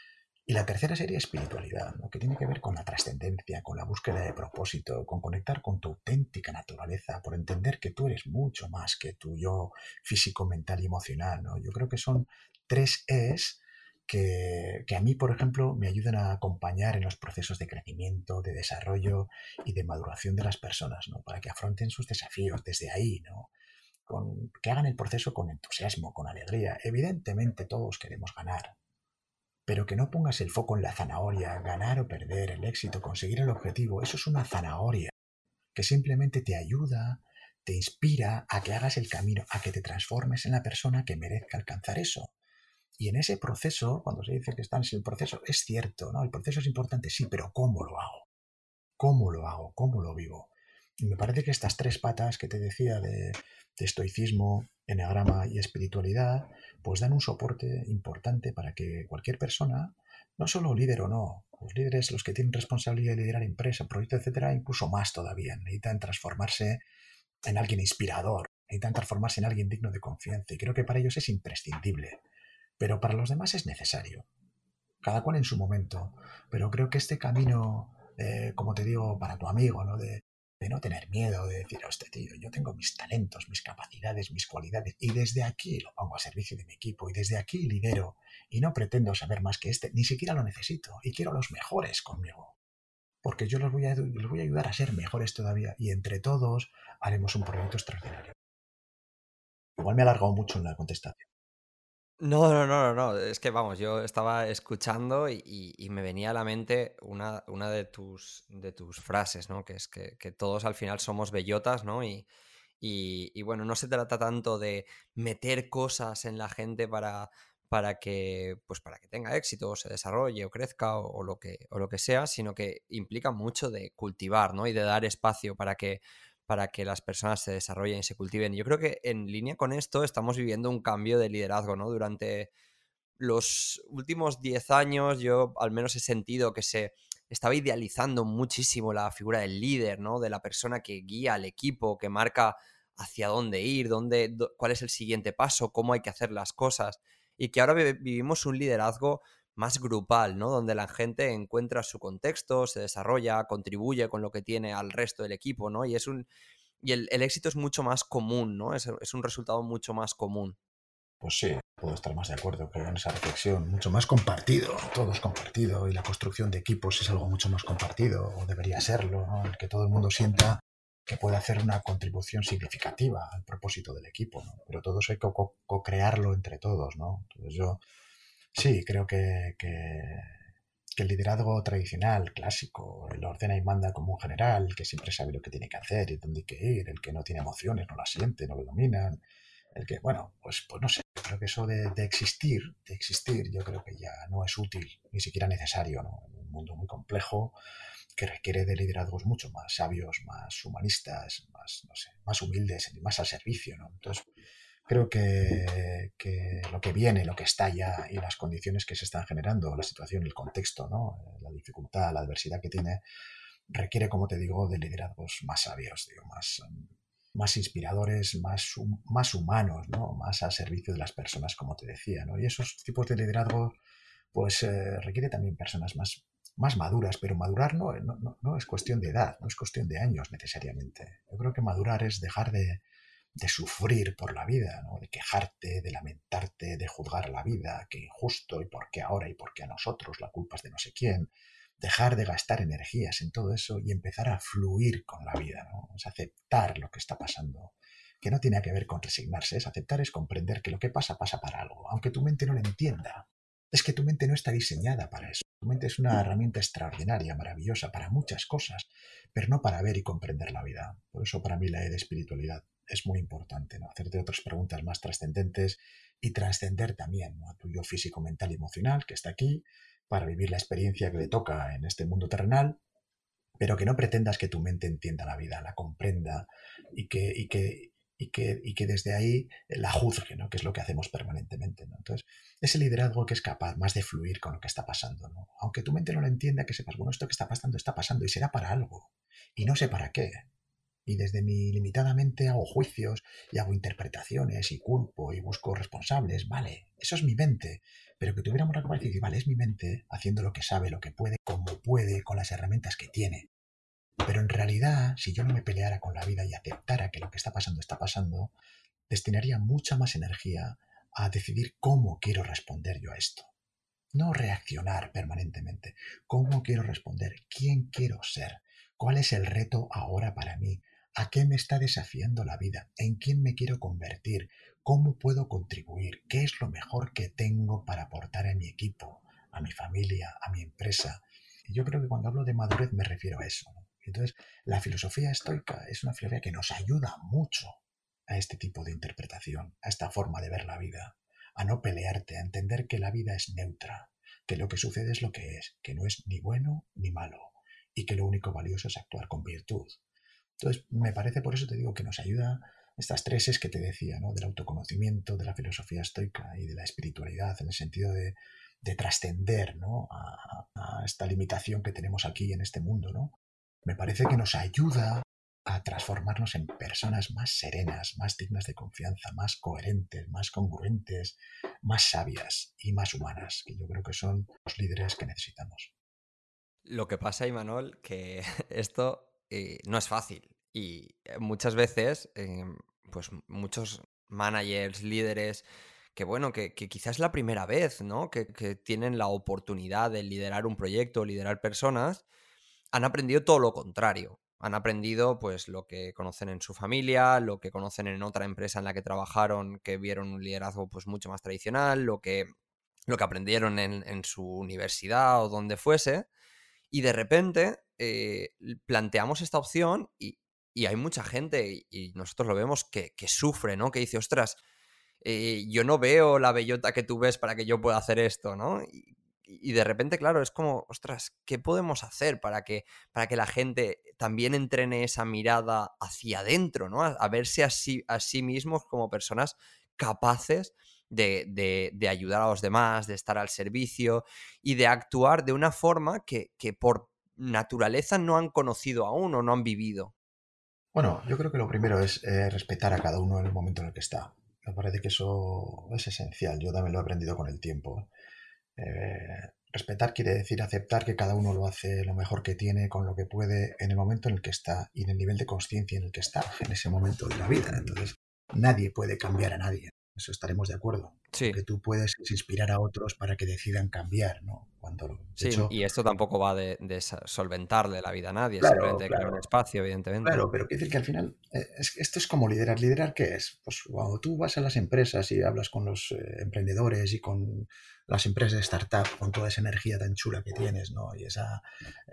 Y la tercera sería espiritualidad, ¿no? Que tiene que ver con la trascendencia, con la búsqueda de propósito, con conectar con tu auténtica naturaleza, por entender que tú eres mucho más que tu yo físico, mental y emocional, ¿no? Yo creo que son tres Es que, que a mí, por ejemplo, me ayudan a acompañar en los procesos de crecimiento, de desarrollo y de maduración de las personas, ¿no? Para que afronten sus desafíos desde ahí, ¿no? Con, que hagan el proceso con entusiasmo, con alegría. Evidentemente todos queremos ganar, pero que no pongas el foco en la zanahoria, ganar o perder, el éxito, conseguir el objetivo. Eso es una zanahoria que simplemente te ayuda, te inspira a que hagas el camino, a que te transformes en la persona que merezca alcanzar eso. Y en ese proceso, cuando se dice que estás en el proceso, es cierto, ¿no? El proceso es importante, sí, pero ¿cómo lo hago? ¿Cómo lo hago? ¿Cómo lo vivo? Y me parece que estas tres patas que te decía de, de estoicismo, eneagrama y espiritualidad, pues dan un soporte importante para que cualquier persona, no solo líder o no, los líderes, los que tienen responsabilidad de liderar empresa, proyectos, etcétera, incluso más todavía, necesitan transformarse en alguien inspirador, necesitan transformarse en alguien digno de confianza y creo que para ellos es imprescindible, pero para los demás es necesario, cada cual en su momento, pero creo que este camino, eh, como te digo, para tu amigo, ¿no? De, de no tener miedo, de decir, hostia, tío, yo tengo mis talentos, mis capacidades, mis cualidades, y desde aquí lo pongo a servicio de mi equipo, y desde aquí lidero, y no pretendo saber más que este, ni siquiera lo necesito, y quiero a los mejores conmigo, porque yo los voy a, los voy a ayudar a ser mejores todavía, y entre todos haremos un proyecto extraordinario. Igual me he alargado mucho en la contestación. No, no, no, no, no. Es que vamos, yo estaba escuchando y, y- y me venía a la mente una, una de tus, de tus frases, ¿no? Que es que, que todos al final somos bellotas, ¿no? Y, y, y bueno, no se trata tanto de meter cosas en la gente para, para que, pues para que tenga éxito, o se desarrolle, o crezca, o, o lo que, o lo que sea, sino que implica mucho de cultivar, ¿no? Y de dar espacio para que, para que las personas se desarrollen y se cultiven. Yo creo que en línea con esto estamos viviendo un cambio de liderazgo, ¿no? Durante los últimos diez años yo al menos he sentido que se estaba idealizando muchísimo la figura del líder, ¿no? De la persona que guía al equipo, que marca hacia dónde ir, dónde, dó- cuál es el siguiente paso, cómo hay que hacer las cosas. Y que ahora vi- vivimos un liderazgo más grupal, ¿no? Donde la gente encuentra su contexto, se desarrolla, contribuye con lo que tiene al resto del equipo, ¿no? Y es un, y el, el éxito es mucho más común, ¿no? Es, es un resultado mucho más común. Pues sí, puedo estar más de acuerdo con esa reflexión, mucho más compartido, todo es compartido y la construcción de equipos es algo mucho más compartido, o debería serlo, ¿no? El que todo el mundo sienta que puede hacer una contribución significativa al propósito del equipo, ¿no? Pero todo eso hay que co- co-crearlo entre todos, ¿no? Entonces yo Sí, creo que, que, que el liderazgo tradicional, clásico, el ordena y manda como un general, el que siempre sabe lo que tiene que hacer y dónde hay que ir, el que no tiene emociones, no las siente, no lo dominan, el que, bueno, pues, pues no sé, creo que eso de, de existir, de existir, yo creo que ya no es útil, ni siquiera necesario, ¿no? En un mundo muy complejo que requiere de liderazgos mucho más sabios, más humanistas, más, no sé, más humildes, más al servicio, ¿no? Entonces, creo que, que lo que viene, lo que está ya y las condiciones que se están generando, la situación, el contexto, ¿no? La dificultad, la adversidad que tiene, requiere, como te digo, de liderazgos más sabios, digo, más, más inspiradores, más, más humanos, ¿no? Más al servicio de las personas, como te decía, ¿no? Y esos tipos de liderazgo, pues eh, requiere también personas más, más maduras, pero madurar no, no, no, no es cuestión de edad, no es cuestión de años necesariamente. Yo creo que madurar es dejar de, de sufrir por la vida, ¿no? De quejarte, de lamentarte, de juzgar la vida, que injusto y por qué ahora y por qué a nosotros, la culpa es de no sé quién. Dejar de gastar energías en todo eso y empezar a fluir con la vida, ¿no? Es aceptar lo que está pasando, que no tiene que ver con resignarse, es aceptar, es comprender que lo que pasa pasa para algo, aunque tu mente no lo entienda. Es que tu mente no está diseñada para eso. Tu mente es una herramienta extraordinaria, maravillosa para muchas cosas, pero no para ver y comprender la vida. Por eso para mí la de espiritualidad es muy importante, ¿no? Hacerte otras preguntas más trascendentes y trascender también, ¿no? A tu yo físico, mental y emocional que está aquí para vivir la experiencia que le toca en este mundo terrenal, pero que no pretendas que tu mente entienda la vida, la comprenda y que, y que, y que, y que desde ahí la juzgue, ¿no? Que es lo que hacemos permanentemente, ¿no? Entonces, ese liderazgo que es capaz más de fluir con lo que está pasando, ¿no? Aunque tu mente no lo entienda, que sepas, bueno, esto que está pasando está pasando y será para algo y no sé para qué. Y desde mi limitada mente hago juicios y hago interpretaciones y culpo y busco responsables. Vale, eso es mi mente. Pero que tuviéramos la capacidad de decir, vale, es mi mente haciendo lo que sabe, lo que puede, como puede, con las herramientas que tiene. Pero en realidad, si yo no me peleara con la vida y aceptara que lo que está pasando está pasando, destinaría mucha más energía a decidir cómo quiero responder yo a esto. No reaccionar permanentemente. ¿Cómo quiero responder? ¿Quién quiero ser? ¿Cuál es el reto ahora para mí? ¿A qué me está desafiando la vida? ¿En quién me quiero convertir? ¿Cómo puedo contribuir? ¿Qué es lo mejor que tengo para aportar a mi equipo, a mi familia, a mi empresa? Y yo creo que cuando hablo de madurez me refiero a eso, ¿no? Entonces, la filosofía estoica es una filosofía que nos ayuda mucho a este tipo de interpretación, a esta forma de ver la vida, a no pelearte, a entender que la vida es neutra, que lo que sucede es lo que es, que no es ni bueno ni malo, y que lo único valioso es actuar con virtud. Entonces, me parece, por eso te digo, que nos ayuda estas tres es que te decía, ¿no? Del autoconocimiento, de la filosofía estoica y de la espiritualidad, en el sentido de, de trascender, ¿no? a, a esta limitación que tenemos aquí en este mundo, ¿no? Me parece que nos ayuda a transformarnos en personas más serenas, más dignas de confianza, más coherentes, más congruentes, más sabias y más humanas, que yo creo que son los líderes que necesitamos. Lo que pasa, Imanol, que esto eh, no es fácil y eh, muchas veces, eh, pues muchos managers, líderes, que bueno, que, que quizás es la primera vez, ¿no? Que, que tienen la oportunidad de liderar un proyecto, liderar personas, han aprendido todo lo contrario. Han aprendido pues lo que conocen en su familia, lo que conocen en otra empresa en la que trabajaron, que vieron un liderazgo pues mucho más tradicional, lo que, lo que aprendieron en, en su universidad o donde fuese. Y de repente eh, planteamos esta opción y, y hay mucha gente, y, y nosotros lo vemos, que, que sufre, ¿no? Que dice, ostras, eh, yo no veo la bellota que tú ves para que yo pueda hacer esto, ¿no? Y, y de repente, claro, es como, ostras, ¿qué podemos hacer para que, para que la gente también entrene esa mirada hacia adentro, ¿no? A, a verse a sí, a sí mismos como personas capaces de, de, de ayudar a los demás, de estar al servicio y de actuar de una forma que, que por naturaleza no han conocido aún o no han vivido. Bueno, yo creo que lo primero es eh, respetar a cada uno en el momento en el que está. Me parece que eso es esencial. Yo también lo he aprendido con el tiempo. Eh, respetar quiere decir aceptar que cada uno lo hace lo mejor que tiene, con lo que puede, en el momento en el que está y en el nivel de conciencia en el que está en ese momento de la vida. Entonces, nadie puede cambiar a nadie. Eso estaremos de acuerdo. Lo Sí, que tú puedes es inspirar a otros para que decidan cambiar, ¿no? Cuando, de sí, hecho, y esto tampoco va de, de sa- solventarle la vida a nadie, claro, simplemente de crear un claro, espacio, evidentemente. claro, pero quiero decir que al final, eh, es, esto es como liderar. ¿Liderar qué es? Pues cuando tú vas a las empresas y hablas con los eh, emprendedores y con las empresas de startup, con toda esa energía tan chula que tienes, ¿no? Y esa,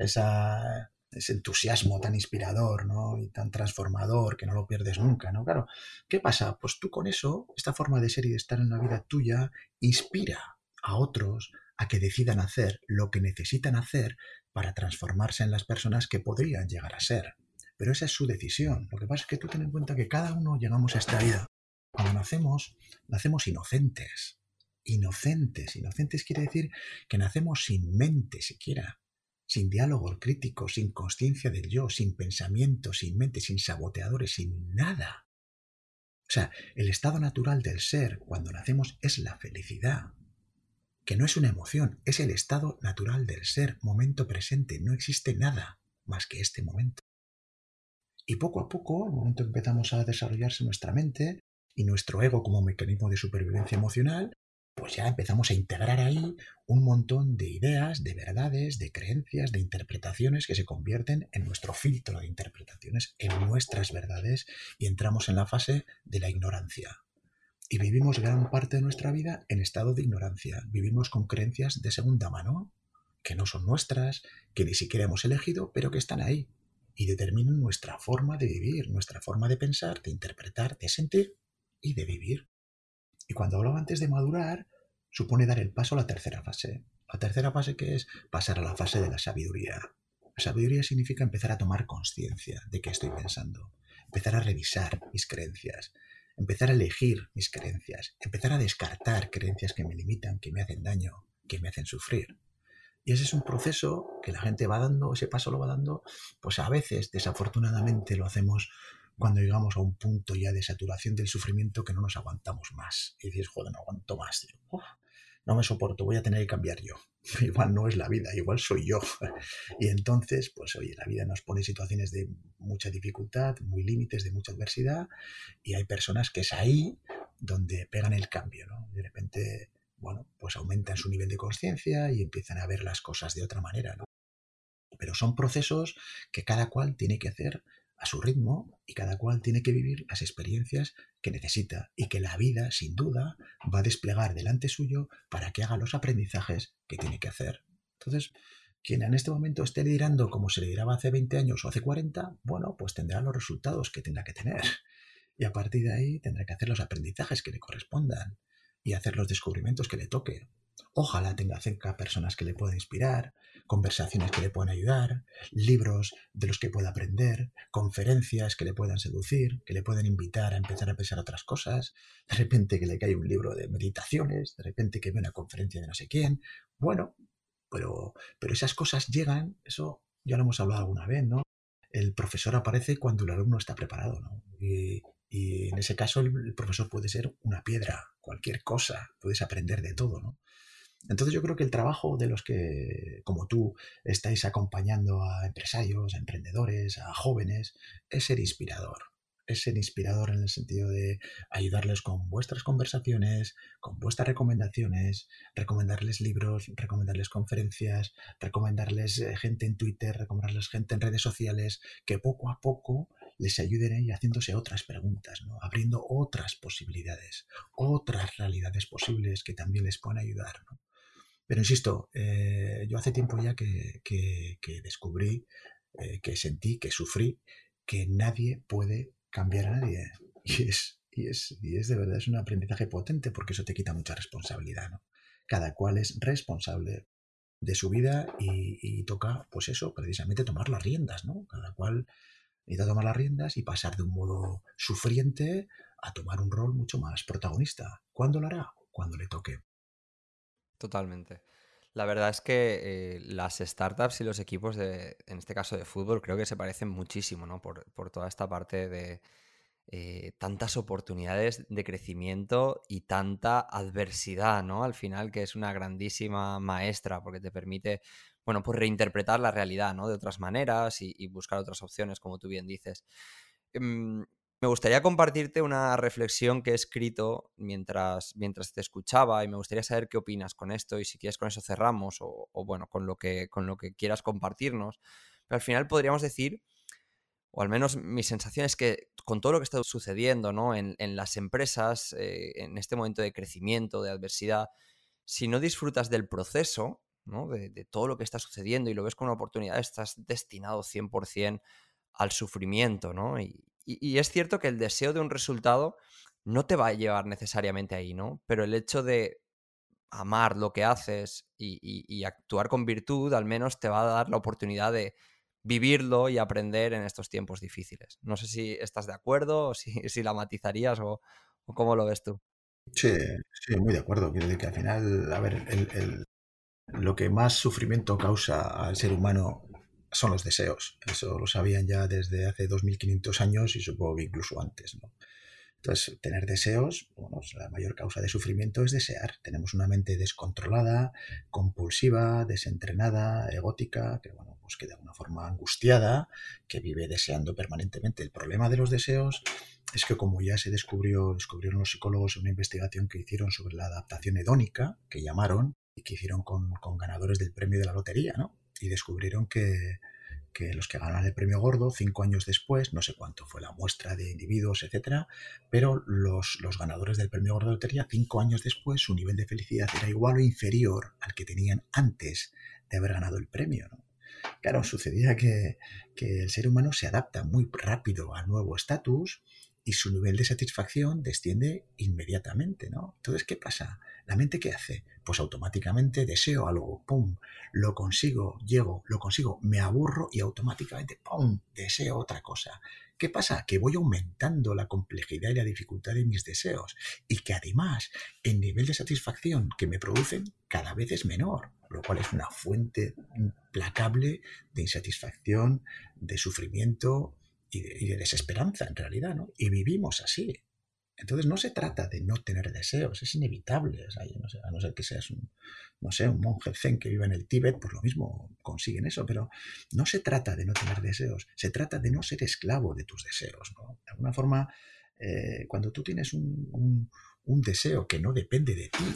esa, ese entusiasmo tan inspirador, ¿no? Y tan transformador que no lo pierdes nunca, ¿no? Claro, ¿qué pasa? Pues tú con eso, esta forma de ser y de estar en la vida tuya, inspira a otros a que decidan hacer lo que necesitan hacer para transformarse en las personas que podrían llegar a ser. Pero esa es su decisión. Lo que pasa es que tú ten en cuenta que cada uno llegamos a esta vida. Cuando nacemos, nacemos inocentes. Inocentes. Inocentes quiere decir que nacemos sin mente siquiera, sin diálogo crítico, sin conciencia del yo, sin pensamiento, sin mente, sin saboteadores, sin nada. O sea, el estado natural del ser cuando nacemos es la felicidad, que no es una emoción, es el estado natural del ser, momento presente, no existe nada más que este momento. Y poco a poco, al momento que empezamos a desarrollarse nuestra mente y nuestro ego como mecanismo de supervivencia emocional, pues ya empezamos a integrar ahí un montón de ideas, de verdades, de creencias, de interpretaciones que se convierten en nuestro filtro de interpretaciones, en nuestras verdades, y entramos en la fase de la ignorancia. Y vivimos gran parte de nuestra vida en estado de ignorancia. Vivimos con creencias de segunda mano, que no son nuestras, que ni siquiera hemos elegido, pero que están ahí y determinan nuestra forma de vivir, nuestra forma de pensar, de interpretar, de sentir y de vivir. Y cuando hablaba antes de madurar, supone dar el paso a la tercera fase. La tercera fase, que es pasar a la fase de la sabiduría. La sabiduría significa empezar a tomar conciencia de qué estoy pensando, empezar a revisar mis creencias, empezar a elegir mis creencias, empezar a descartar creencias que me limitan, que me hacen daño, que me hacen sufrir. Y ese es un proceso que la gente va dando, ese paso lo va dando, pues a veces, desafortunadamente, lo hacemos cuando llegamos a un punto ya de saturación del sufrimiento que no nos aguantamos más. Y dices, joder, no aguanto más, tío. Uf, no me soporto, voy a tener que cambiar yo. Igual no es la vida, igual soy yo. Y entonces, pues oye, la vida nos pone situaciones de mucha dificultad, muy límites, de mucha adversidad, y hay personas que es ahí donde pegan el cambio, ¿no? De repente, bueno, pues aumentan su nivel de conciencia y empiezan a ver las cosas de otra manera, ¿no? Pero son procesos que cada cual tiene que hacer a su ritmo y cada cual tiene que vivir las experiencias que necesita y que la vida, sin duda, va a desplegar delante suyo para que haga los aprendizajes que tiene que hacer. Entonces, quien en este momento esté liderando como se lideraba hace veinte años o hace cuarenta, bueno, pues tendrá los resultados que tenga que tener. Y a partir de ahí tendrá que hacer los aprendizajes que le correspondan y hacer los descubrimientos que le toque. Ojalá tenga cerca personas que le puedan inspirar, conversaciones que le puedan ayudar, libros de los que pueda aprender, conferencias que le puedan seducir, que le puedan invitar a empezar a pensar otras cosas, de repente que le cae un libro de meditaciones, de repente que ve una conferencia de no sé quién. Bueno, pero, pero esas cosas llegan, eso ya lo hemos hablado alguna vez, ¿no? El profesor aparece cuando el alumno está preparado, ¿no? Y, y en ese caso el, el profesor puede ser una piedra, cualquier cosa, puedes aprender de todo, ¿no? Entonces yo creo que el trabajo de los que, como tú, estáis acompañando a empresarios, a emprendedores, a jóvenes, es ser inspirador. Es ser inspirador en el sentido de ayudarles con vuestras conversaciones, con vuestras recomendaciones, recomendarles libros, recomendarles conferencias, recomendarles eh, gente en Twitter, recomendarles gente en redes sociales, que poco a poco les ayuden a ir haciéndose otras preguntas, ¿no? Abriendo otras posibilidades, otras realidades posibles que también les pueden ayudar, ¿no? Pero insisto, eh, yo hace tiempo ya que, que, que descubrí, eh, que sentí, que sufrí, que nadie puede cambiar a nadie. Y es, y, es, y es de verdad, es un aprendizaje potente porque eso te quita mucha responsabilidad, ¿no? Cada cual es responsable de su vida y, y toca, pues eso, precisamente tomar las riendas, ¿no? Cada cual necesita tomar las riendas y pasar de un modo sufriente a tomar un rol mucho más protagonista. ¿Cuándo lo hará? Cuando le toque. Totalmente. La verdad es que eh, las startups y los equipos de, en este caso de fútbol, creo que se parecen muchísimo, ¿no? Por, por toda esta parte de eh, tantas oportunidades de crecimiento y tanta adversidad, ¿no? Al final, que es una grandísima maestra, porque te permite, bueno, pues reinterpretar la realidad, ¿no? De otras maneras y, y buscar otras opciones, como tú bien dices. Em, Me gustaría compartirte una reflexión que he escrito mientras, mientras te escuchaba y me gustaría saber qué opinas con esto y si quieres con eso cerramos o, o bueno, con lo que, con lo que quieras compartirnos. Pero al final podríamos decir, o al menos mi sensación es que con todo lo que está sucediendo, ¿no? en, en las empresas, eh, en este momento de crecimiento, de adversidad, si no disfrutas del proceso, ¿no? de, de todo lo que está sucediendo y lo ves como una oportunidad, estás destinado cien por ciento al sufrimiento, ¿no? Y, y- y es cierto que el deseo de un resultado no te va a llevar necesariamente ahí, ¿no? Pero el hecho de amar lo que haces y, y- y actuar con virtud, al menos te va a dar la oportunidad de vivirlo y aprender en estos tiempos difíciles. No sé si estás de acuerdo o si, si la matizarías o, o cómo lo ves tú. Sí, sí, muy de acuerdo. Quiero decir que al final, a ver, el, el- lo que más sufrimiento causa al ser humano son los deseos. Eso lo sabían ya desde hace dos mil quinientos años y supongo que incluso antes, ¿no? Entonces, tener deseos, bueno, la mayor causa de sufrimiento es desear. Tenemos una mente descontrolada, compulsiva, desentrenada, egótica, que bueno, pues que de alguna forma angustiada, que vive deseando permanentemente. El problema de los deseos es que como ya se descubrió, descubrieron los psicólogos en una investigación que hicieron sobre la adaptación hedónica, que llamaron, y que hicieron con, con ganadores del premio de la lotería, ¿no? Y descubrieron que, que los que ganaron el premio gordo, cinco años después, no sé cuánto fue la muestra de individuos, etcétera, pero los, los ganadores del premio gordo de lotería, cinco años después, su nivel de felicidad era igual o inferior al que tenían antes de haber ganado el premio, ¿no? Claro, sucedía que, que el ser humano se adapta muy rápido al nuevo estatus y su nivel de satisfacción desciende inmediatamente, ¿no? Entonces, ¿qué pasa? ¿La mente qué hace? Pues automáticamente deseo algo, ¡pum! Lo consigo, llego, lo consigo, me aburro y automáticamente, ¡pum!, deseo otra cosa. ¿Qué pasa? Que voy aumentando la complejidad y la dificultad de mis deseos y que además el nivel de satisfacción que me producen cada vez es menor, lo cual es una fuente implacable de insatisfacción, de sufrimiento y de, y de desesperanza en realidad, ¿no? Y vivimos así. Entonces no se trata de no tener deseos, es inevitable. O sea, no sé, a no ser que seas un, no sé, un monje zen que vive en el Tíbet, pues lo mismo consiguen eso, pero no se trata de no tener deseos, se trata de no ser esclavo de tus deseos, ¿no? De alguna forma, eh, cuando tú tienes un, un, un deseo que no depende de ti,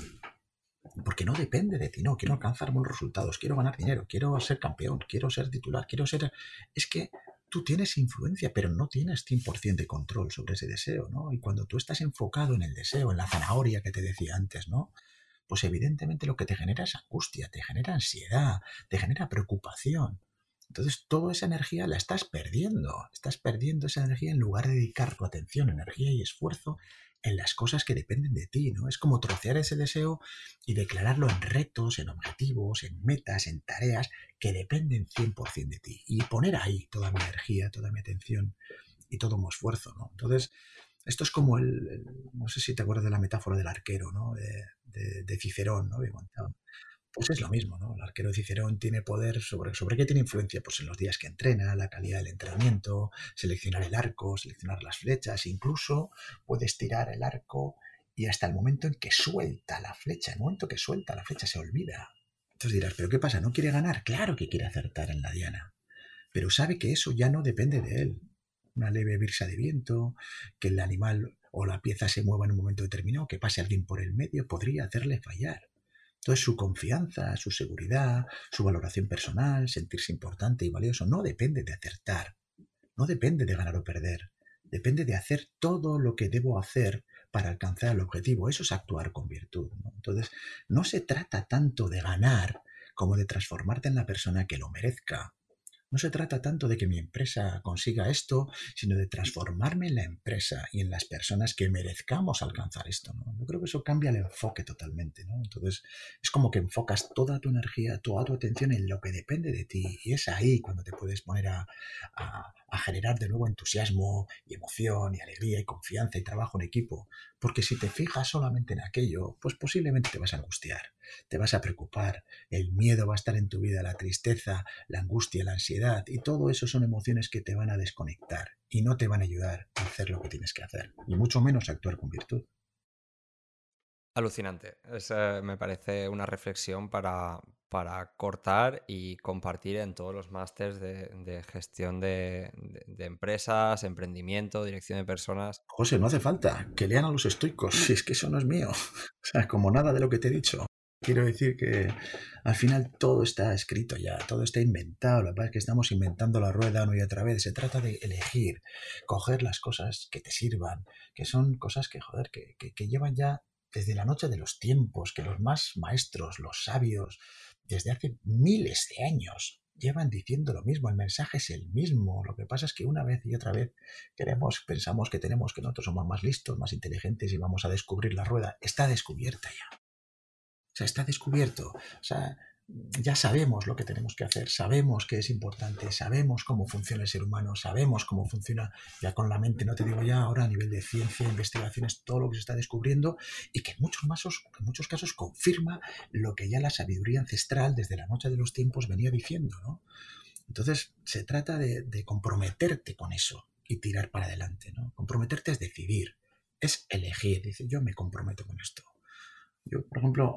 porque no depende de ti, no, quiero alcanzar buenos resultados, quiero ganar dinero, quiero ser campeón, quiero ser titular, quiero ser... Es que tú tienes influencia, pero no tienes cien por ciento de control sobre ese deseo, ¿no? Y cuando tú estás enfocado en el deseo, en la zanahoria que te decía antes, ¿no? Pues evidentemente lo que te genera es angustia, te genera ansiedad, te genera preocupación. Entonces toda esa energía la estás perdiendo, estás perdiendo esa energía en lugar de dedicar tu atención, energía y esfuerzo en las cosas que dependen de ti, ¿no? Es como trocear ese deseo y declararlo en retos, en objetivos, en metas, en tareas que dependen cien por ciento de ti y poner ahí toda mi energía, toda mi atención y todo mi esfuerzo, ¿no? Entonces, esto es como el, el- no sé si te acuerdas de la metáfora del arquero, ¿no? De, de- de Cicerón, ¿no? Que contaba. Pues es lo mismo, ¿no? El arquero de Cicerón tiene poder sobre, ¿sobre qué tiene influencia? Pues en los días que entrena, la calidad del entrenamiento, seleccionar el arco, seleccionar las flechas, incluso puedes tirar el arco y hasta el momento en que suelta la flecha, el momento que suelta la flecha se olvida. Entonces dirás, ¿pero qué pasa? ¿No quiere ganar? Claro que quiere acertar en la diana, pero sabe que eso ya no depende de él. Una leve brisa de viento, que el animal o la pieza se mueva en un momento determinado, que pase alguien por el medio, podría hacerle fallar. Entonces su confianza, su seguridad, su valoración personal, sentirse importante y valioso, no depende de acertar, no depende de ganar o perder, depende de hacer todo lo que debo hacer para alcanzar el objetivo. Eso es actuar con virtud, ¿no? Entonces, no se trata tanto de ganar como de transformarte en la persona que lo merezca. No se trata tanto de que mi empresa consiga esto, sino de transformarme en la empresa y en las personas que merezcamos alcanzar esto, ¿no? Yo creo que eso cambia el enfoque totalmente, ¿no? Entonces, es como que enfocas toda tu energía, toda tu atención en lo que depende de ti. Y es ahí cuando te puedes poner a, a, a generar de nuevo entusiasmo y emoción y alegría y confianza y trabajo en equipo. Porque si te fijas solamente en aquello, pues posiblemente te vas a angustiar, te vas a preocupar, el miedo va a estar en tu vida, la tristeza, la angustia, la ansiedad, y todo eso son emociones que te van a desconectar y no te van a ayudar a hacer lo que tienes que hacer, y mucho menos a actuar con virtud. Alucinante. Es, eh, me parece una reflexión para, para cortar y compartir en todos los másters de, de gestión de, de, de empresas, emprendimiento, dirección de personas. José, no hace falta que lean a los estoicos, si es que eso no es mío. O sea, como nada de lo que te he dicho. Quiero decir que al final todo está escrito ya, todo está inventado. Lo que pasa es que estamos inventando la rueda una y otra vez. Se trata de elegir, coger las cosas que te sirvan, que son cosas que, joder, que, que, que llevan ya desde la noche de los tiempos, que los más maestros, los sabios, desde hace miles de años, llevan diciendo lo mismo. El mensaje es el mismo. Lo que pasa es que una vez y otra vez queremos, pensamos que tenemos, que nosotros somos más listos, más inteligentes y vamos a descubrir la rueda. Está descubierta ya. O sea, está descubierto. O sea, ya sabemos lo que tenemos que hacer, sabemos que es importante, sabemos cómo funciona el ser humano, sabemos cómo funciona ya con la mente, no te digo ya ahora a nivel de ciencia, investigaciones, todo lo que se está descubriendo y que en muchos, casos, en muchos casos confirma lo que ya la sabiduría ancestral desde la noche de los tiempos venía diciendo, ¿no? Entonces, se trata de, de comprometerte con eso y tirar para adelante, ¿no? Comprometerte es decidir, es elegir, dice, yo me comprometo con esto. Yo, por ejemplo,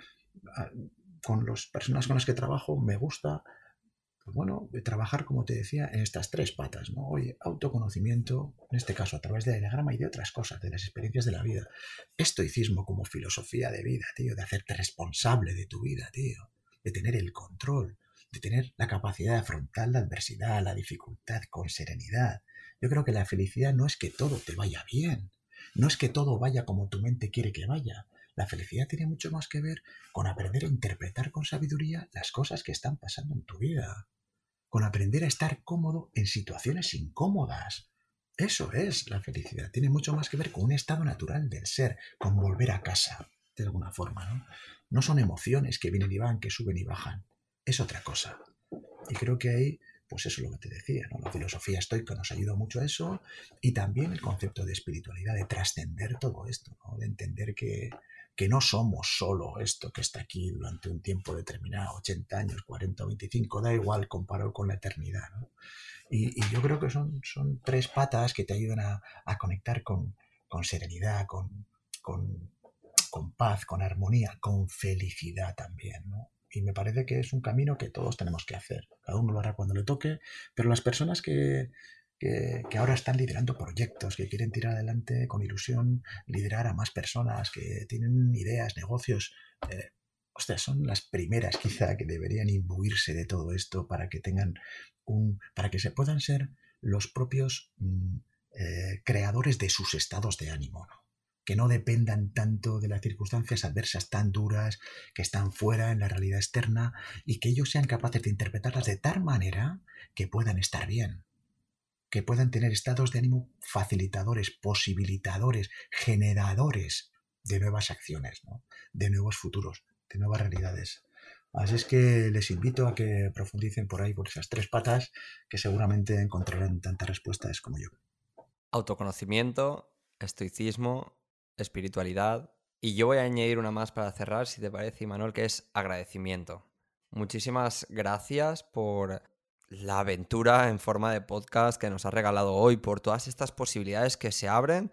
con las personas con las que trabajo me gusta, pues bueno, trabajar, como te decía, en estas tres patas, ¿no? Oye, autoconocimiento, en este caso a través del diagrama y de otras cosas, de las experiencias de la vida. Estoicismo como filosofía de vida, tío, de hacerte responsable de tu vida, tío, de tener el control, de tener la capacidad de afrontar la adversidad, la dificultad con serenidad. Yo creo que la felicidad no es que todo te vaya bien, no es que todo vaya como tu mente quiere que vaya. La felicidad tiene mucho más que ver con aprender a interpretar con sabiduría las cosas que están pasando en tu vida, con aprender a estar cómodo en situaciones incómodas. Eso es la felicidad. Tiene mucho más que ver con un estado natural del ser, con volver a casa, de alguna forma, ¿no? No son emociones que vienen y van, que suben y bajan. Es otra cosa. Y creo que ahí, pues eso es lo que te decía, ¿no? La filosofía estoica nos ayuda mucho a eso y también el concepto de espiritualidad, de trascender todo esto, ¿no? De entender que que no somos solo esto que está aquí durante un tiempo determinado, ochenta años, cuarenta o veinticinco, da igual comparado con la eternidad, ¿no? Y, y yo creo que son, son tres patas que te ayudan a, a conectar con, con serenidad, con, con, con paz, con armonía, con felicidad también, ¿no? Y me parece que es un camino que todos tenemos que hacer. Cada uno lo hará cuando le toque, pero las personas que... Que, que ahora están liderando proyectos, que quieren tirar adelante con ilusión, liderar a más personas, que tienen ideas, negocios. Eh, ostras, son las primeras quizá que deberían imbuirse de todo esto para que tengan un, para que se puedan ser los propios mm, eh, creadores de sus estados de ánimo, ¿no? Que no dependan tanto de las circunstancias adversas tan duras que están fuera en la realidad externa y que ellos sean capaces de interpretarlas de tal manera que puedan estar bien, que puedan tener estados de ánimo facilitadores, posibilitadores, generadores de nuevas acciones, ¿no? De nuevos futuros, de nuevas realidades. Así es que les invito a que profundicen por ahí, por esas tres patas, que seguramente encontrarán tantas respuestas como yo. Autoconocimiento, estoicismo, espiritualidad. Y yo voy a añadir una más para cerrar, si te parece, Imanol, que es agradecimiento. Muchísimas gracias por la aventura en forma de podcast que nos has regalado hoy, por todas estas posibilidades que se abren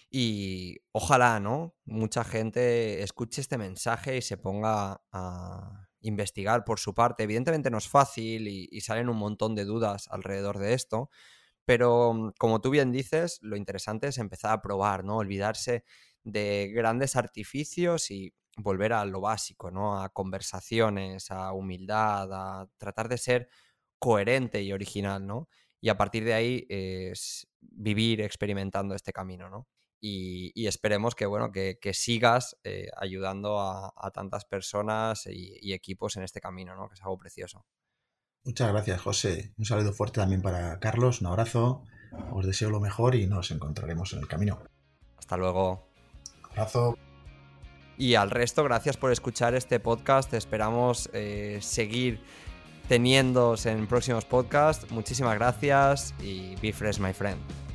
y ojalá, ¿no?, mucha gente escuche este mensaje y se ponga a investigar por su parte. Evidentemente no es fácil y, y salen un montón de dudas alrededor de esto, pero como tú bien dices, lo interesante es empezar a probar, ¿no? Olvidarse de grandes artificios y volver a lo básico, ¿no? A conversaciones, a humildad, a tratar de ser coherente y original, ¿no? Y a partir de ahí es vivir experimentando este camino, ¿no? Y, y esperemos que, bueno, que, que sigas eh, ayudando a, a tantas personas y, y equipos en este camino, ¿no? Que es algo precioso. Muchas gracias, José. Un saludo fuerte también para Carlos, un abrazo. Os deseo lo mejor y nos encontraremos en el camino. Hasta luego. Abrazo. Y al resto, gracias por escuchar este podcast. Esperamos eh, seguir teniéndoos en próximos podcasts. Muchísimas gracias y be fresh, my friend.